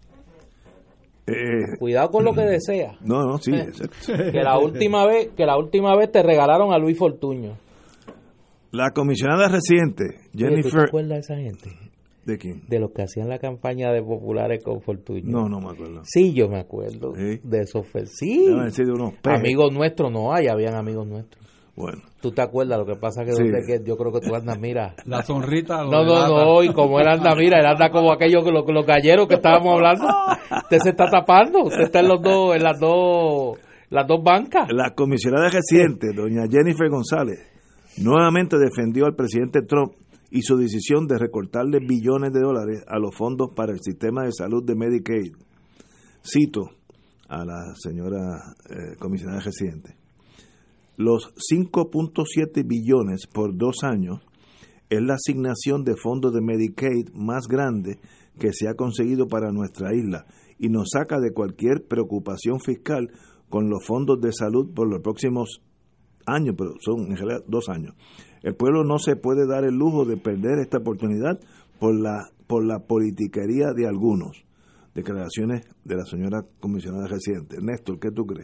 Eh, Cuidado con lo que desea. No, no, sí. que la última vez, que la última vez te regalaron a Luis Fortuño. La comisionada reciente, Jennifer. ¿Tú te acuerdas de esa gente? ¿De quién? De los que hacían la campaña de populares con Fortuño. No, no me acuerdo. Sí, yo me acuerdo ¿Sí? de esos. Sí, de unos amigos nuestros no hay, habían amigos nuestros. Bueno. ¿Tú te acuerdas? Lo que pasa que, Sí. donde, que yo creo que tú andas, mira. La sonrita. No, no, no, y como él anda, mira, él anda como aquellos, los, los galleros que estábamos hablando. Usted se está tapando, usted está en los dos, en las dos, las dos bancas. La comisionada residente, doña Jennifer González, nuevamente defendió al presidente Trump y su decisión de recortarle billones de dólares a los fondos para el sistema de salud de Medicaid. Cito a la señora eh, comisionada residente. Los cinco punto siete billones por dos años es la asignación de fondos de Medicaid más grande que se ha conseguido para nuestra isla y nos saca de cualquier preocupación fiscal con los fondos de salud por los próximos años, pero son en realidad dos años. El pueblo no se puede dar el lujo de perder esta oportunidad por la por la politiquería de algunos. Declaraciones de la señora comisionada residente. Néstor, ¿qué tú crees?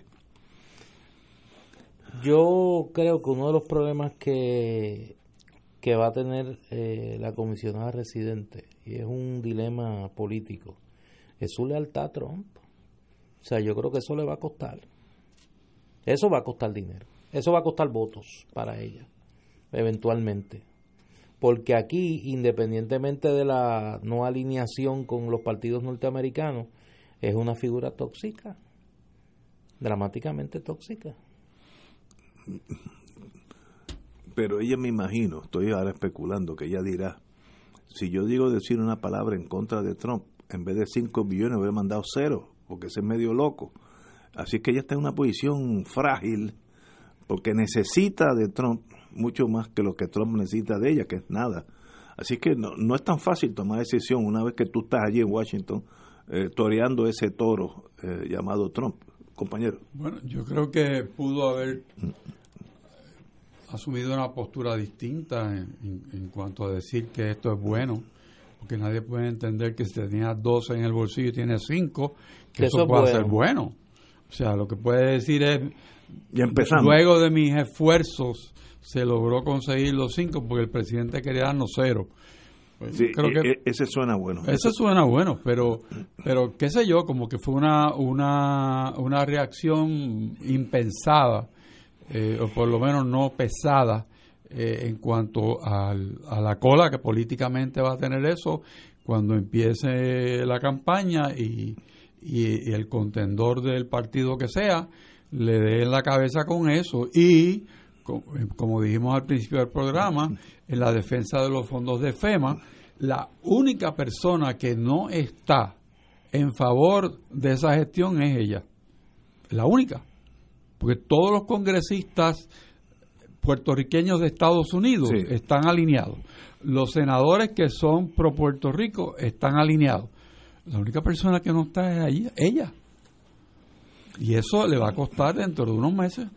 Yo creo que uno de los problemas que, que va a tener eh, la comisionada residente, y es un dilema político, es su lealtad a Trump. O sea, yo creo que eso le va a costar. Eso va a costar dinero. Eso va a costar votos para ella, eventualmente. Porque aquí, independientemente de la no alineación con los partidos norteamericanos, es una figura tóxica, dramáticamente tóxica. Pero ella, me imagino, estoy ahora especulando, que ella dirá, si yo digo decir una palabra en contra de Trump, en vez de cinco billones hubiera mandado cero, porque ese es medio loco. Así que ella está en una posición frágil, porque necesita de Trump mucho más que lo que Trump necesita de ella, que es nada. Así que no, no es tan fácil tomar decisión una vez que tú estás allí en Washington eh, toreando ese toro eh, llamado Trump, compañero. Bueno, yo creo que pudo haber asumido una postura distinta en, en, en cuanto a decir que esto es bueno, porque nadie puede entender que si tenía doce en el bolsillo y tiene cinco, que, que eso, eso pueda bueno. ser bueno. O sea, lo que puede decir es, ya empezamos. Luego de mis esfuerzos se logró conseguir los cinco porque el presidente quería darnos cero. Pues sí, creo que ese suena bueno. Ese suena bueno, pero pero qué sé yo, como que fue una una una reacción impensada, eh, o por lo menos no pesada, eh, en cuanto al, a la cola que políticamente va a tener eso cuando empiece la campaña y, y, y el contendor del partido que sea le dé en la cabeza con eso y, como dijimos al principio del programa, en la defensa de los fondos de FEMA, la única persona que no está en favor de esa gestión es ella. La única. Porque todos los congresistas puertorriqueños de Estados Unidos sí. están alineados. Los senadores que son pro Puerto Rico están alineados. La única persona que no está es ella. ella. Y eso le va a costar dentro de unos meses.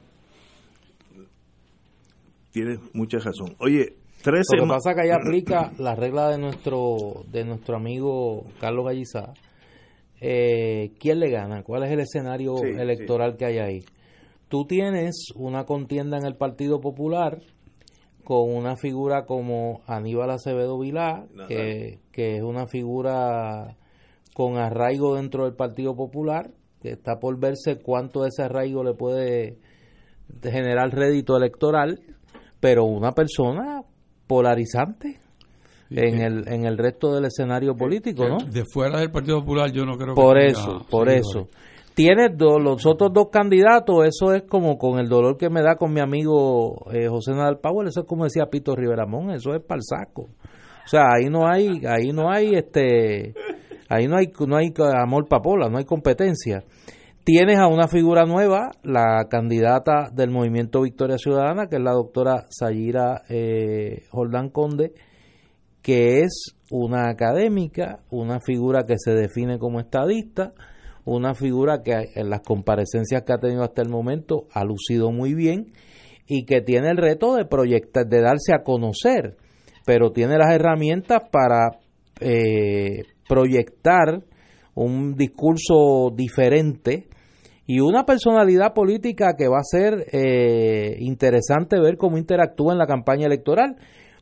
Tienes mucha razón. Oye, trece Lo que pasa es que ahí aplica la regla de nuestro de nuestro amigo Carlos Gallizá. Eh, ¿Quién le gana? ¿Cuál es el escenario sí, electoral sí. que hay ahí? Tú tienes una contienda en el Partido Popular con una figura como Aníbal Acevedo Vilá, que, que es una figura con arraigo dentro del Partido Popular, que está por verse cuánto de ese arraigo le puede generar rédito electoral, pero una persona polarizante en el en el resto del escenario político, ¿no? De fuera del Partido Popular yo no creo que por eso, por eso. Tienes dos, los otros dos candidatos, eso es como con el dolor que me da con mi amigo eh, José Nadal Powell, eso es como decía Pito Riveramón, eso es pa'l saco. O sea, ahí no hay, ahí no hay este ahí no hay no hay amor papola, no hay competencia. Tienes a una figura nueva, la candidata del Movimiento Victoria Ciudadana, que es la doctora Sayira eh, Jordán Conde, que es una académica, una figura que se define como estadista, una figura que en las comparecencias que ha tenido hasta el momento ha lucido muy bien y que tiene el reto de proyectar, de darse a conocer, pero tiene las herramientas para eh, proyectar un discurso diferente y una personalidad política que va a ser eh, interesante ver cómo interactúa en la campaña electoral,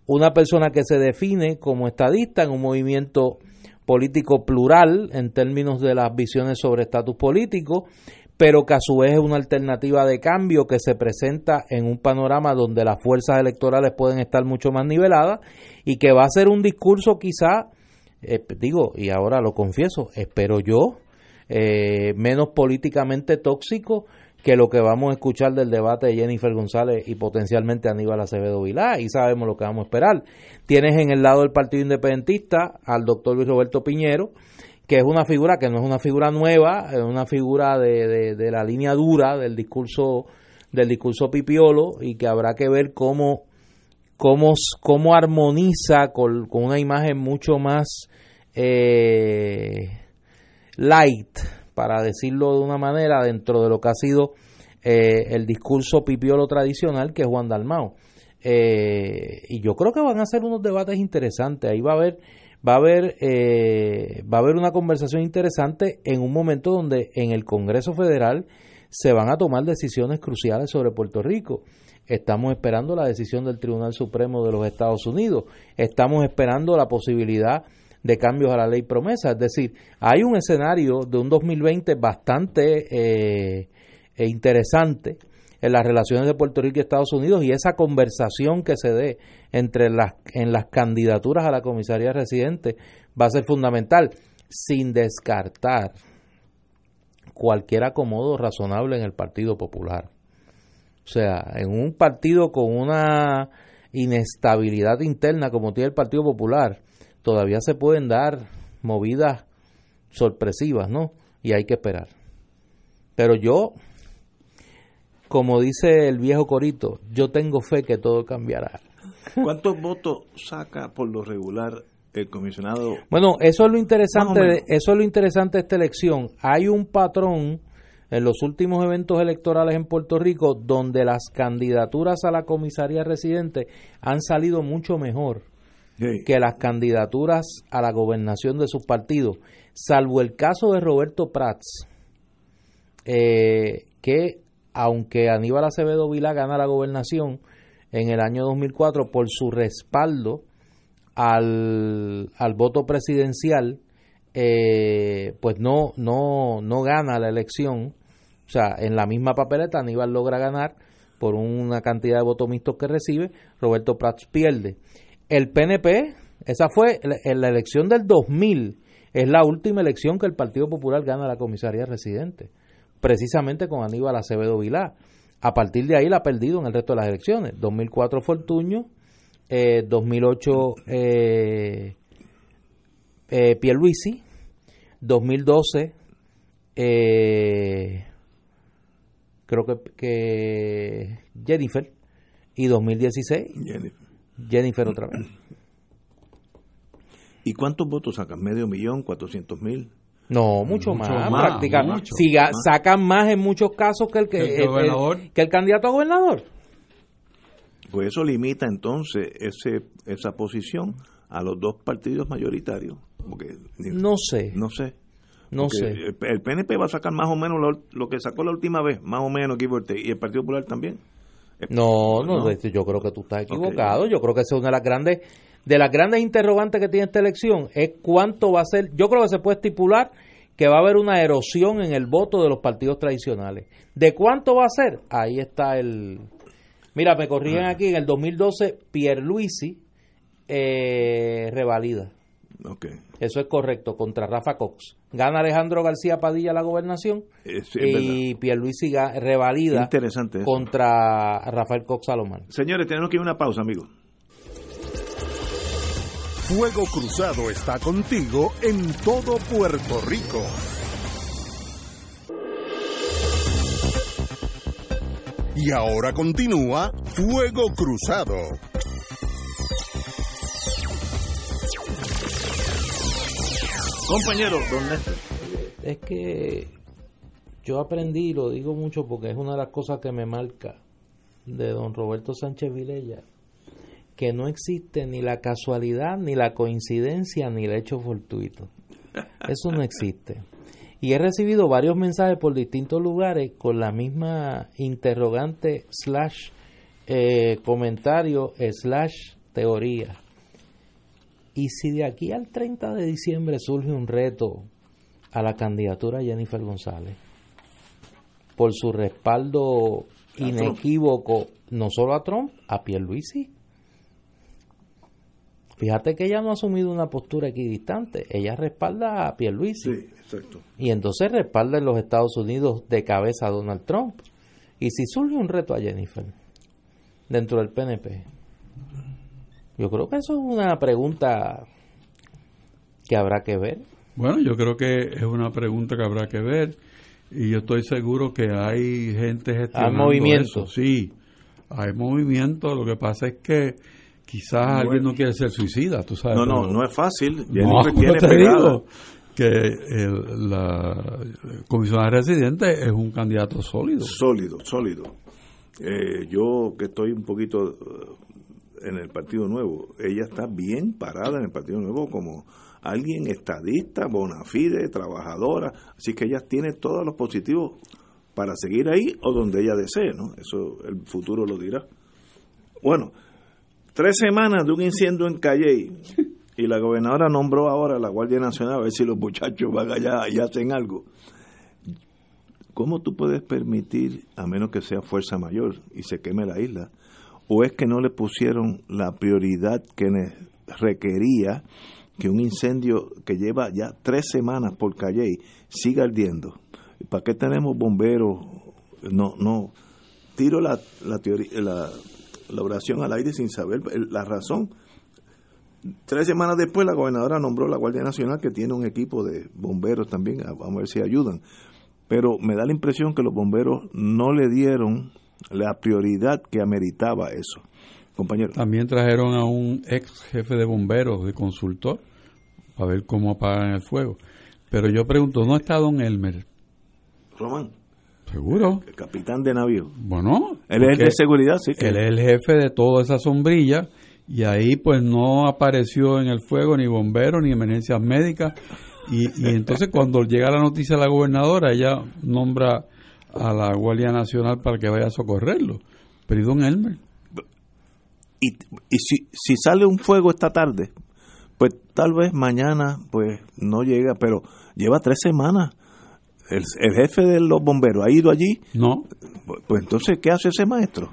una persona que se define como estadista en un movimiento político plural en términos de las visiones sobre estatus político, pero que a su vez es una alternativa de cambio que se presenta en un panorama donde las fuerzas electorales pueden estar mucho más niveladas y que va a ser un discurso quizá, eh, digo, y ahora lo confieso, espero yo, eh, menos políticamente tóxico que lo que vamos a escuchar del debate de Jennifer González y potencialmente Aníbal Acevedo Vilá, y sabemos lo que vamos a esperar. Tienes en el lado del Partido Independentista al doctor Luis Roberto Piñero, que es una figura que no es una figura nueva, es una figura de, de, de la línea dura del discurso del discurso pipiolo, y que habrá que ver cómo cómo, cómo armoniza con, con una imagen mucho más eh, light, para decirlo de una manera, dentro de lo que ha sido eh, el discurso pipiolo tradicional, que es Juan Dalmau. Eh, y yo creo que van a ser unos debates interesantes. Ahí va a haber va a haber eh, va a haber una conversación interesante en un momento donde en el Congreso Federal se van a tomar decisiones cruciales sobre Puerto Rico. Estamos esperando la decisión del Tribunal Supremo de los Estados Unidos. Estamos esperando la posibilidad de cambios a la ley promesa. Es decir, hay un escenario de un dos mil veinte bastante eh, e interesante en las relaciones de Puerto Rico y Estados Unidos, y esa conversación que se dé entre las en las candidaturas a la comisaría residente va a ser fundamental, sin descartar cualquier acomodo razonable en el Partido Popular. O sea, en un partido con una inestabilidad interna como tiene el Partido Popular, todavía se pueden dar movidas sorpresivas, ¿no? Y hay que esperar. Pero yo, como dice el viejo corito, yo tengo fe que todo cambiará. ¿Cuántos votos saca por lo regular el comisionado? Bueno, eso es lo interesante, de, eso es lo interesante de esta elección. Hay un patrón en los últimos eventos electorales en Puerto Rico donde las candidaturas a la comisaría residente han salido mucho mejor sí. que las candidaturas a la gobernación de sus partidos, salvo el caso de Roberto Prats, eh, que aunque Aníbal Acevedo Vilá gana la gobernación en el año dos mil cuatro por su respaldo al, al voto presidencial, eh, pues no, no, no gana la elección. O sea, en la misma papeleta Aníbal logra ganar por una cantidad de votos mixtos que recibe, Roberto Prats pierde. El P N P, esa fue en la elección del dos mil, es la última elección que el Partido Popular gana la comisaría residente, precisamente con Aníbal Acevedo Vilá. A partir de ahí la ha perdido en el resto de las elecciones. dos mil cuatro Fortuño, eh, dos mil ocho eh, eh, Pierluisi, dos mil doce eh, creo que, que Jennifer, y dos mil dieciséis Jennifer. Jennifer otra vez. ¿Y cuántos votos sacan? ¿Medio millón? ¿cuatrocientos mil? No, mucho, mucho más, más prácticamente. Si ga- sacan más en muchos casos que el, que, el, el, el, que el candidato a gobernador. Pues eso limita entonces ese esa posición a los dos partidos mayoritarios. Porque, no sé. No sé. No sé. El, el P N P va a sacar más o menos lo, lo que sacó la última vez, más o menos, y el Partido Popular también. No, no, no, yo creo que tú estás equivocado. Okay. Yo creo que esa es una de las grandes de las grandes interrogantes que tiene esta elección, es cuánto va a ser. Yo creo que se puede estipular que va a haber una erosión en el voto de los partidos tradicionales. ¿De cuánto va a ser? Ahí está el... Mira, me corrigen aquí, en el dos mil doce Pierluisi eh, revalida. Okay. Eso es correcto, contra Rafa Cox. Gana Alejandro García Padilla la gobernación eh, sí, y Pierluisi revalida Interesante eso. Contra Rafael Cox Salomón. Señores, tenemos que ir a una pausa, amigos. Fuego Cruzado está contigo en todo Puerto Rico. Y ahora continúa Fuego Cruzado. Compañero, don Néstor. Es que yo aprendí, y lo digo mucho porque es una de las cosas que me marca de don Roberto Sánchez Vilella, que no existe ni la casualidad, ni la coincidencia, ni el hecho fortuito. Eso no existe. Y he recibido varios mensajes por distintos lugares con la misma interrogante slash eh, comentario slash teoría. ¿Y si de aquí al treinta de diciembre surge un reto a la candidatura de Jennifer González por su respaldo inequívoco, no solo a Trump, a Pierluisi? Fíjate que ella no ha asumido una postura equidistante, ella respalda a Pierluisi. Sí, exacto. Y entonces respalda en los Estados Unidos de cabeza a Donald Trump. ¿Y si surge un reto a Jennifer dentro del P N P? Yo creo que eso es una pregunta que habrá que ver. Bueno, yo creo que es una pregunta que habrá que ver, y yo estoy seguro que hay gente gestionando hay movimiento. eso. Sí, hay movimiento. Lo que pasa es que quizás bueno, alguien no quiere ser suicida, tú sabes. No, no, pero, no es fácil. No, tiene te pegada. digo que el, la comisionada residente es un candidato sólido. Sólido, sólido. Eh, yo que estoy un poquito en el Partido Nuevo, ella está bien parada en el Partido Nuevo como alguien estadista, bona fide, trabajadora, así que ella tiene todos los positivos para seguir ahí o donde ella desee, ¿no? Eso el futuro lo dirá. Bueno, tres semanas de un incendio en Calley y la gobernadora nombró ahora a la Guardia Nacional a ver si los muchachos van allá y hacen algo. ¿Cómo tú puedes permitir, a menos que sea fuerza mayor y se queme la isla, o es que no le pusieron la prioridad que requería que un incendio que lleva ya tres semanas por Calley siga ardiendo? ¿Para qué tenemos bomberos? No, no. Tiro la, la, teoría, la, la oración al aire sin saber la razón. Tres semanas después la gobernadora nombró la Guardia Nacional, que tiene un equipo de bomberos también, vamos a ver si ayudan. Pero me da la impresión que los bomberos no le dieron la prioridad que ameritaba eso. Compañero. También trajeron a un ex jefe de bomberos, de consultor, para ver cómo apagan el fuego. Pero yo pregunto, ¿no está don Elmer? Román. ¿Seguro? El capitán de navío. Bueno. Él es el de seguridad, sí. Que él es el jefe de toda esa sombrilla, y ahí pues no apareció en el fuego ni bomberos ni emergencias médicas. Y, y entonces cuando llega la noticia a la gobernadora, ella nombra a la Guardia Nacional para que vaya a socorrerlo. Pero ¿y don Elmer? Y, y si, si sale un fuego esta tarde, pues tal vez mañana pues no llega, pero lleva tres semanas. El, el jefe de los bomberos ha ido allí. No. Pues, pues entonces, ¿qué hace ese maestro?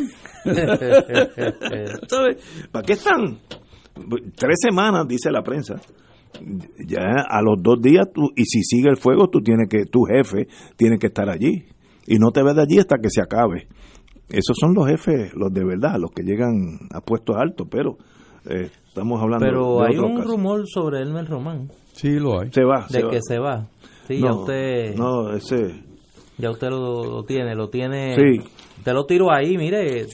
¿Sabes? ¿Para qué están? Tres semanas, dice la prensa. Ya a los dos días, tú, y si sigue el fuego, tú tienes que, tu jefe tiene que estar allí. Y no te ves de allí hasta que se acabe. Esos son los jefes, los de verdad, los que llegan a puestos altos, pero eh, estamos hablando pero de hay otro un caso. Rumor sobre Elmer Román. Sí, lo hay. Se va. De se que va. se va. Sí, no, ya usted... No, ese... Ya usted lo, lo tiene, lo tiene... Sí. Usted lo tiró ahí, mire,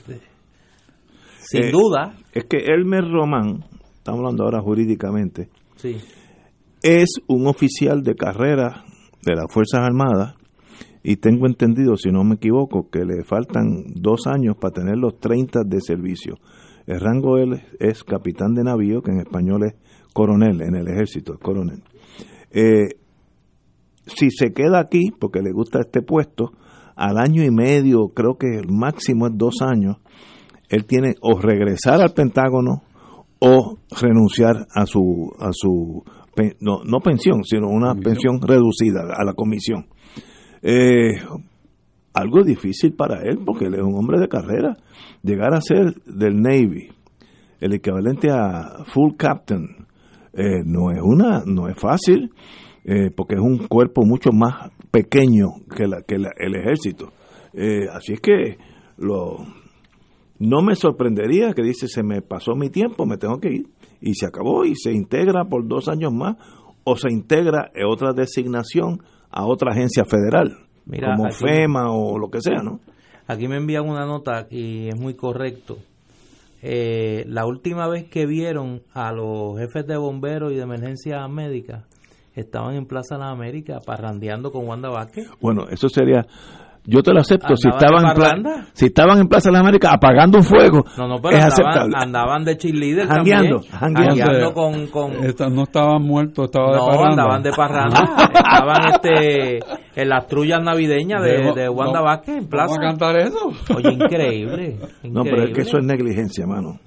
sin eh, duda. Es que Elmer Román, estamos hablando ahora jurídicamente, Sí. es un oficial de carrera de las Fuerzas Armadas, y tengo entendido, si no me equivoco, que le faltan dos años para tener los treinta de servicio. El rango de él es capitán de navío, que en español es coronel, en el ejército es coronel. Eh, si se queda aquí, porque le gusta este puesto, al año y medio, creo que el máximo es dos años, él tiene o regresar al Pentágono o renunciar a su, a su no, no pensión, sino una pensión reducida a la comisión. Eh, algo difícil para él, porque él es un hombre de carrera. Llegar a ser del Navy el equivalente a full captain eh, no es una no es fácil, eh, porque es un cuerpo mucho más pequeño que, la, que la, el ejército. Eh, así es que lo no me sorprendería que dice, se me pasó mi tiempo, me tengo que ir, y se acabó, y se integra por dos años más, o se integra en otra designación a otra agencia federal, Mira, como aquí, FEMA o lo que sea, ¿no? Aquí me envían una nota y es muy correcto. Eh, la última vez que vieron a los jefes de bomberos y de emergencia médica estaban en Plaza de las Américas parrandeando con Wanda Vázquez. Bueno, eso sería... Yo te lo acepto, si estaban, en pla- si estaban en Plaza de las Américas apagando un fuego, no, no, pero es andaban, aceptable. Andaban de cheerleader jangueando, también. Jangueando con... con... Esta, no estaban muertos, estaban no, de parranda. No, andaban de parranda. Estaban este, en las trullas navideñas de, de, de Wanda no, Vázquez en Plaza. ¿Vamos a cantar eso? Oye, increíble, increíble. No, pero es que eso es negligencia, mano.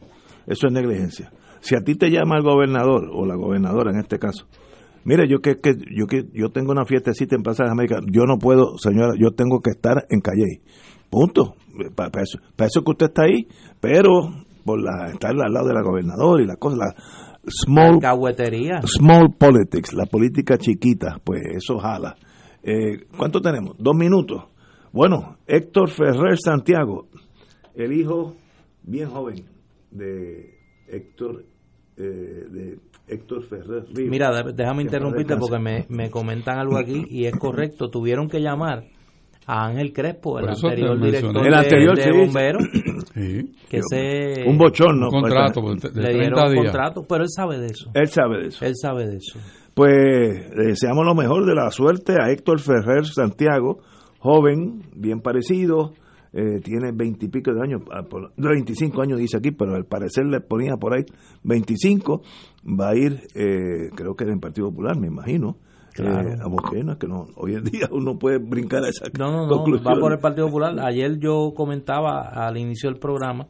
eso es negligencia. Si a ti te llama el gobernador o la gobernadora en este caso, mire, yo que, que yo que yo tengo una fiestecita en Plaza de América, yo no puedo, señora, yo tengo que estar en Calley. Punto. Para, para eso, para eso que usted está ahí, pero por la estar al lado de la gobernadora y la cosa, la small Alcahuetería. small politics, la política chiquita, pues eso jala. Eh, ¿Cuánto tenemos? Dos minutos. Bueno, Héctor Ferrer Santiago, el hijo bien joven de Héctor eh, de Héctor Ferrer Rivas. Mira, déjame interrumpirte porque me, me comentan algo aquí y es correcto. Tuvieron que llamar a Ángel Crespo, el anterior director el anterior, de, de sí. bomberos, Sí. que se un bochorno, Un contrato pues, de le treinta dieron un días. contrato, pero él sabe de eso. él sabe de eso. Él sabe de eso. Pues le deseamos lo mejor de la suerte a Héctor Ferrer Santiago, joven, bien parecido, eh, tiene veintipico de años, veinticinco años dice aquí, pero al parecer le ponía por ahí veinticinco, va a ir, eh, creo que en el Partido Popular, me imagino, Claro. eh, a Boquena, que no, hoy en día uno puede brincar a esa No, no, no, conclusión. va por el Partido Popular. Ayer yo comentaba al inicio del programa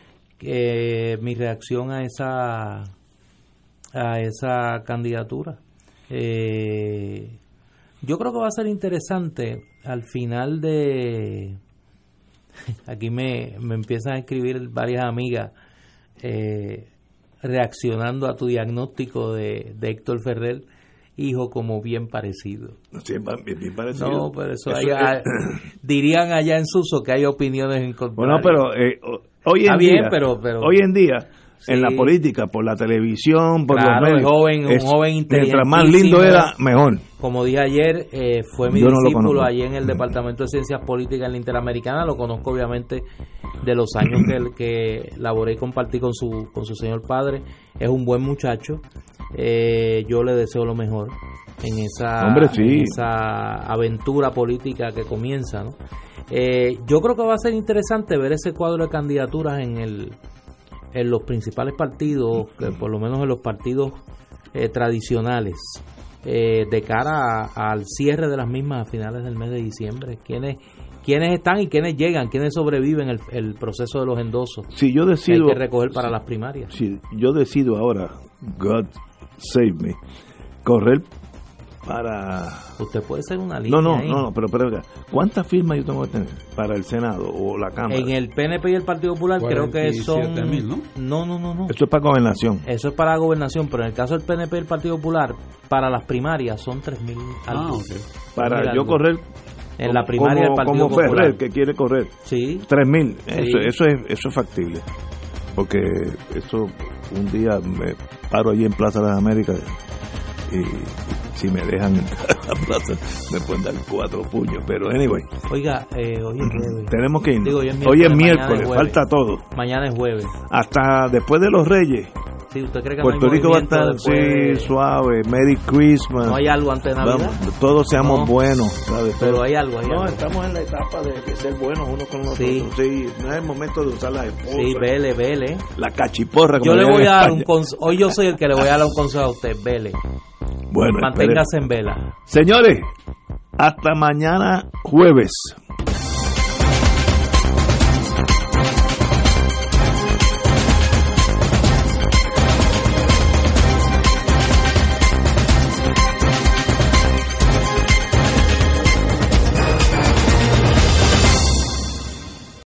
que mi reacción a esa a esa candidatura. Eh, yo creo que va a ser interesante al final de... Aquí me, me empiezan a escribir varias amigas eh, reaccionando a tu diagnóstico de, de Héctor Ferrer, hijo, como bien parecido. Sí, bien, bien parecido. No, pero eso, Eso hay, es- hay- dirían allá en Suso que hay opiniones en contra. Bueno, pero eh, hoy en Está bien, día, pero- pero- hoy en día Sí. en la política, por la televisión, por Claro, los medios, el joven- un es- joven mientras más lindo inteligentísimo. era, mejor. Como dije ayer, eh, fue mi Yo no lo discípulo conozco. allí en el Departamento de Ciencias Políticas en la Interamericana. Lo conozco obviamente de los años que, que laboré y compartí con su, con su señor padre. Es un buen muchacho. Eh, yo le deseo lo mejor en esa, Hombre, sí. en esa aventura política que comienza, ¿no? Eh, yo creo que va a ser interesante ver ese cuadro de candidaturas en el en los principales partidos, que por lo menos en los partidos eh, tradicionales, eh, de cara a- al cierre de las mismas a finales del mes de diciembre. ¿Quiénes, quiénes están y quiénes llegan? ¿Quiénes sobreviven el, el proceso de los endosos Si yo que hay decido, que recoger para las primarias? si yo decido ahora, God save me, correr para... Usted puede ser una línea No, no, ahí. no, no, pero, pero ¿cuántas firmas yo tengo que tener para el Senado o la Cámara? En el P N P y el Partido Popular creo que son... cuarenta y siete mil, ¿no? No, no, no, no. Esto es para gobernación. Eso es para la gobernación, pero en el caso del P N P y el Partido Popular, para las primarias son tres mil Ah, algo. ok. Para Mira, yo algo. correr En como- la primaria del como, Partido como Popular. Ferrer, que quiere correr. Sí, Tres mil, Sí. eso, eso, es, eso es factible. Porque eso, un día me paro allí en Plaza de las Américas y si me dejan entrar a la plaza me pueden dar cuatro puños. Pero, anyway, oiga, eh, hoy es jueves. tenemos que irnos. Digo, hoy es Hoy es miércoles, mañana miércoles, es jueves. falta todo. Mañana es jueves. Hasta después de los Reyes, Sí, ¿usted cree que Puerto no hay Rico va a movimiento estar después sí, de- suave. Merry Christmas. No hay algo antes de Navidad? Vamos, todos seamos No. buenos, ¿sabes? Pero Todos- hay algo, hay No, algo. estamos en la etapa de, de ser buenos unos con los Sí. otros. Sí, no es el momento de usar la esposa, Sí, vele, vele. la cachiporra. como Yo le llaman voy en a dar un España. consejo. Hoy yo soy el que le voy a dar un consejo a usted. Vele. Bueno, Manténgase en vela. Señores, hasta mañana jueves.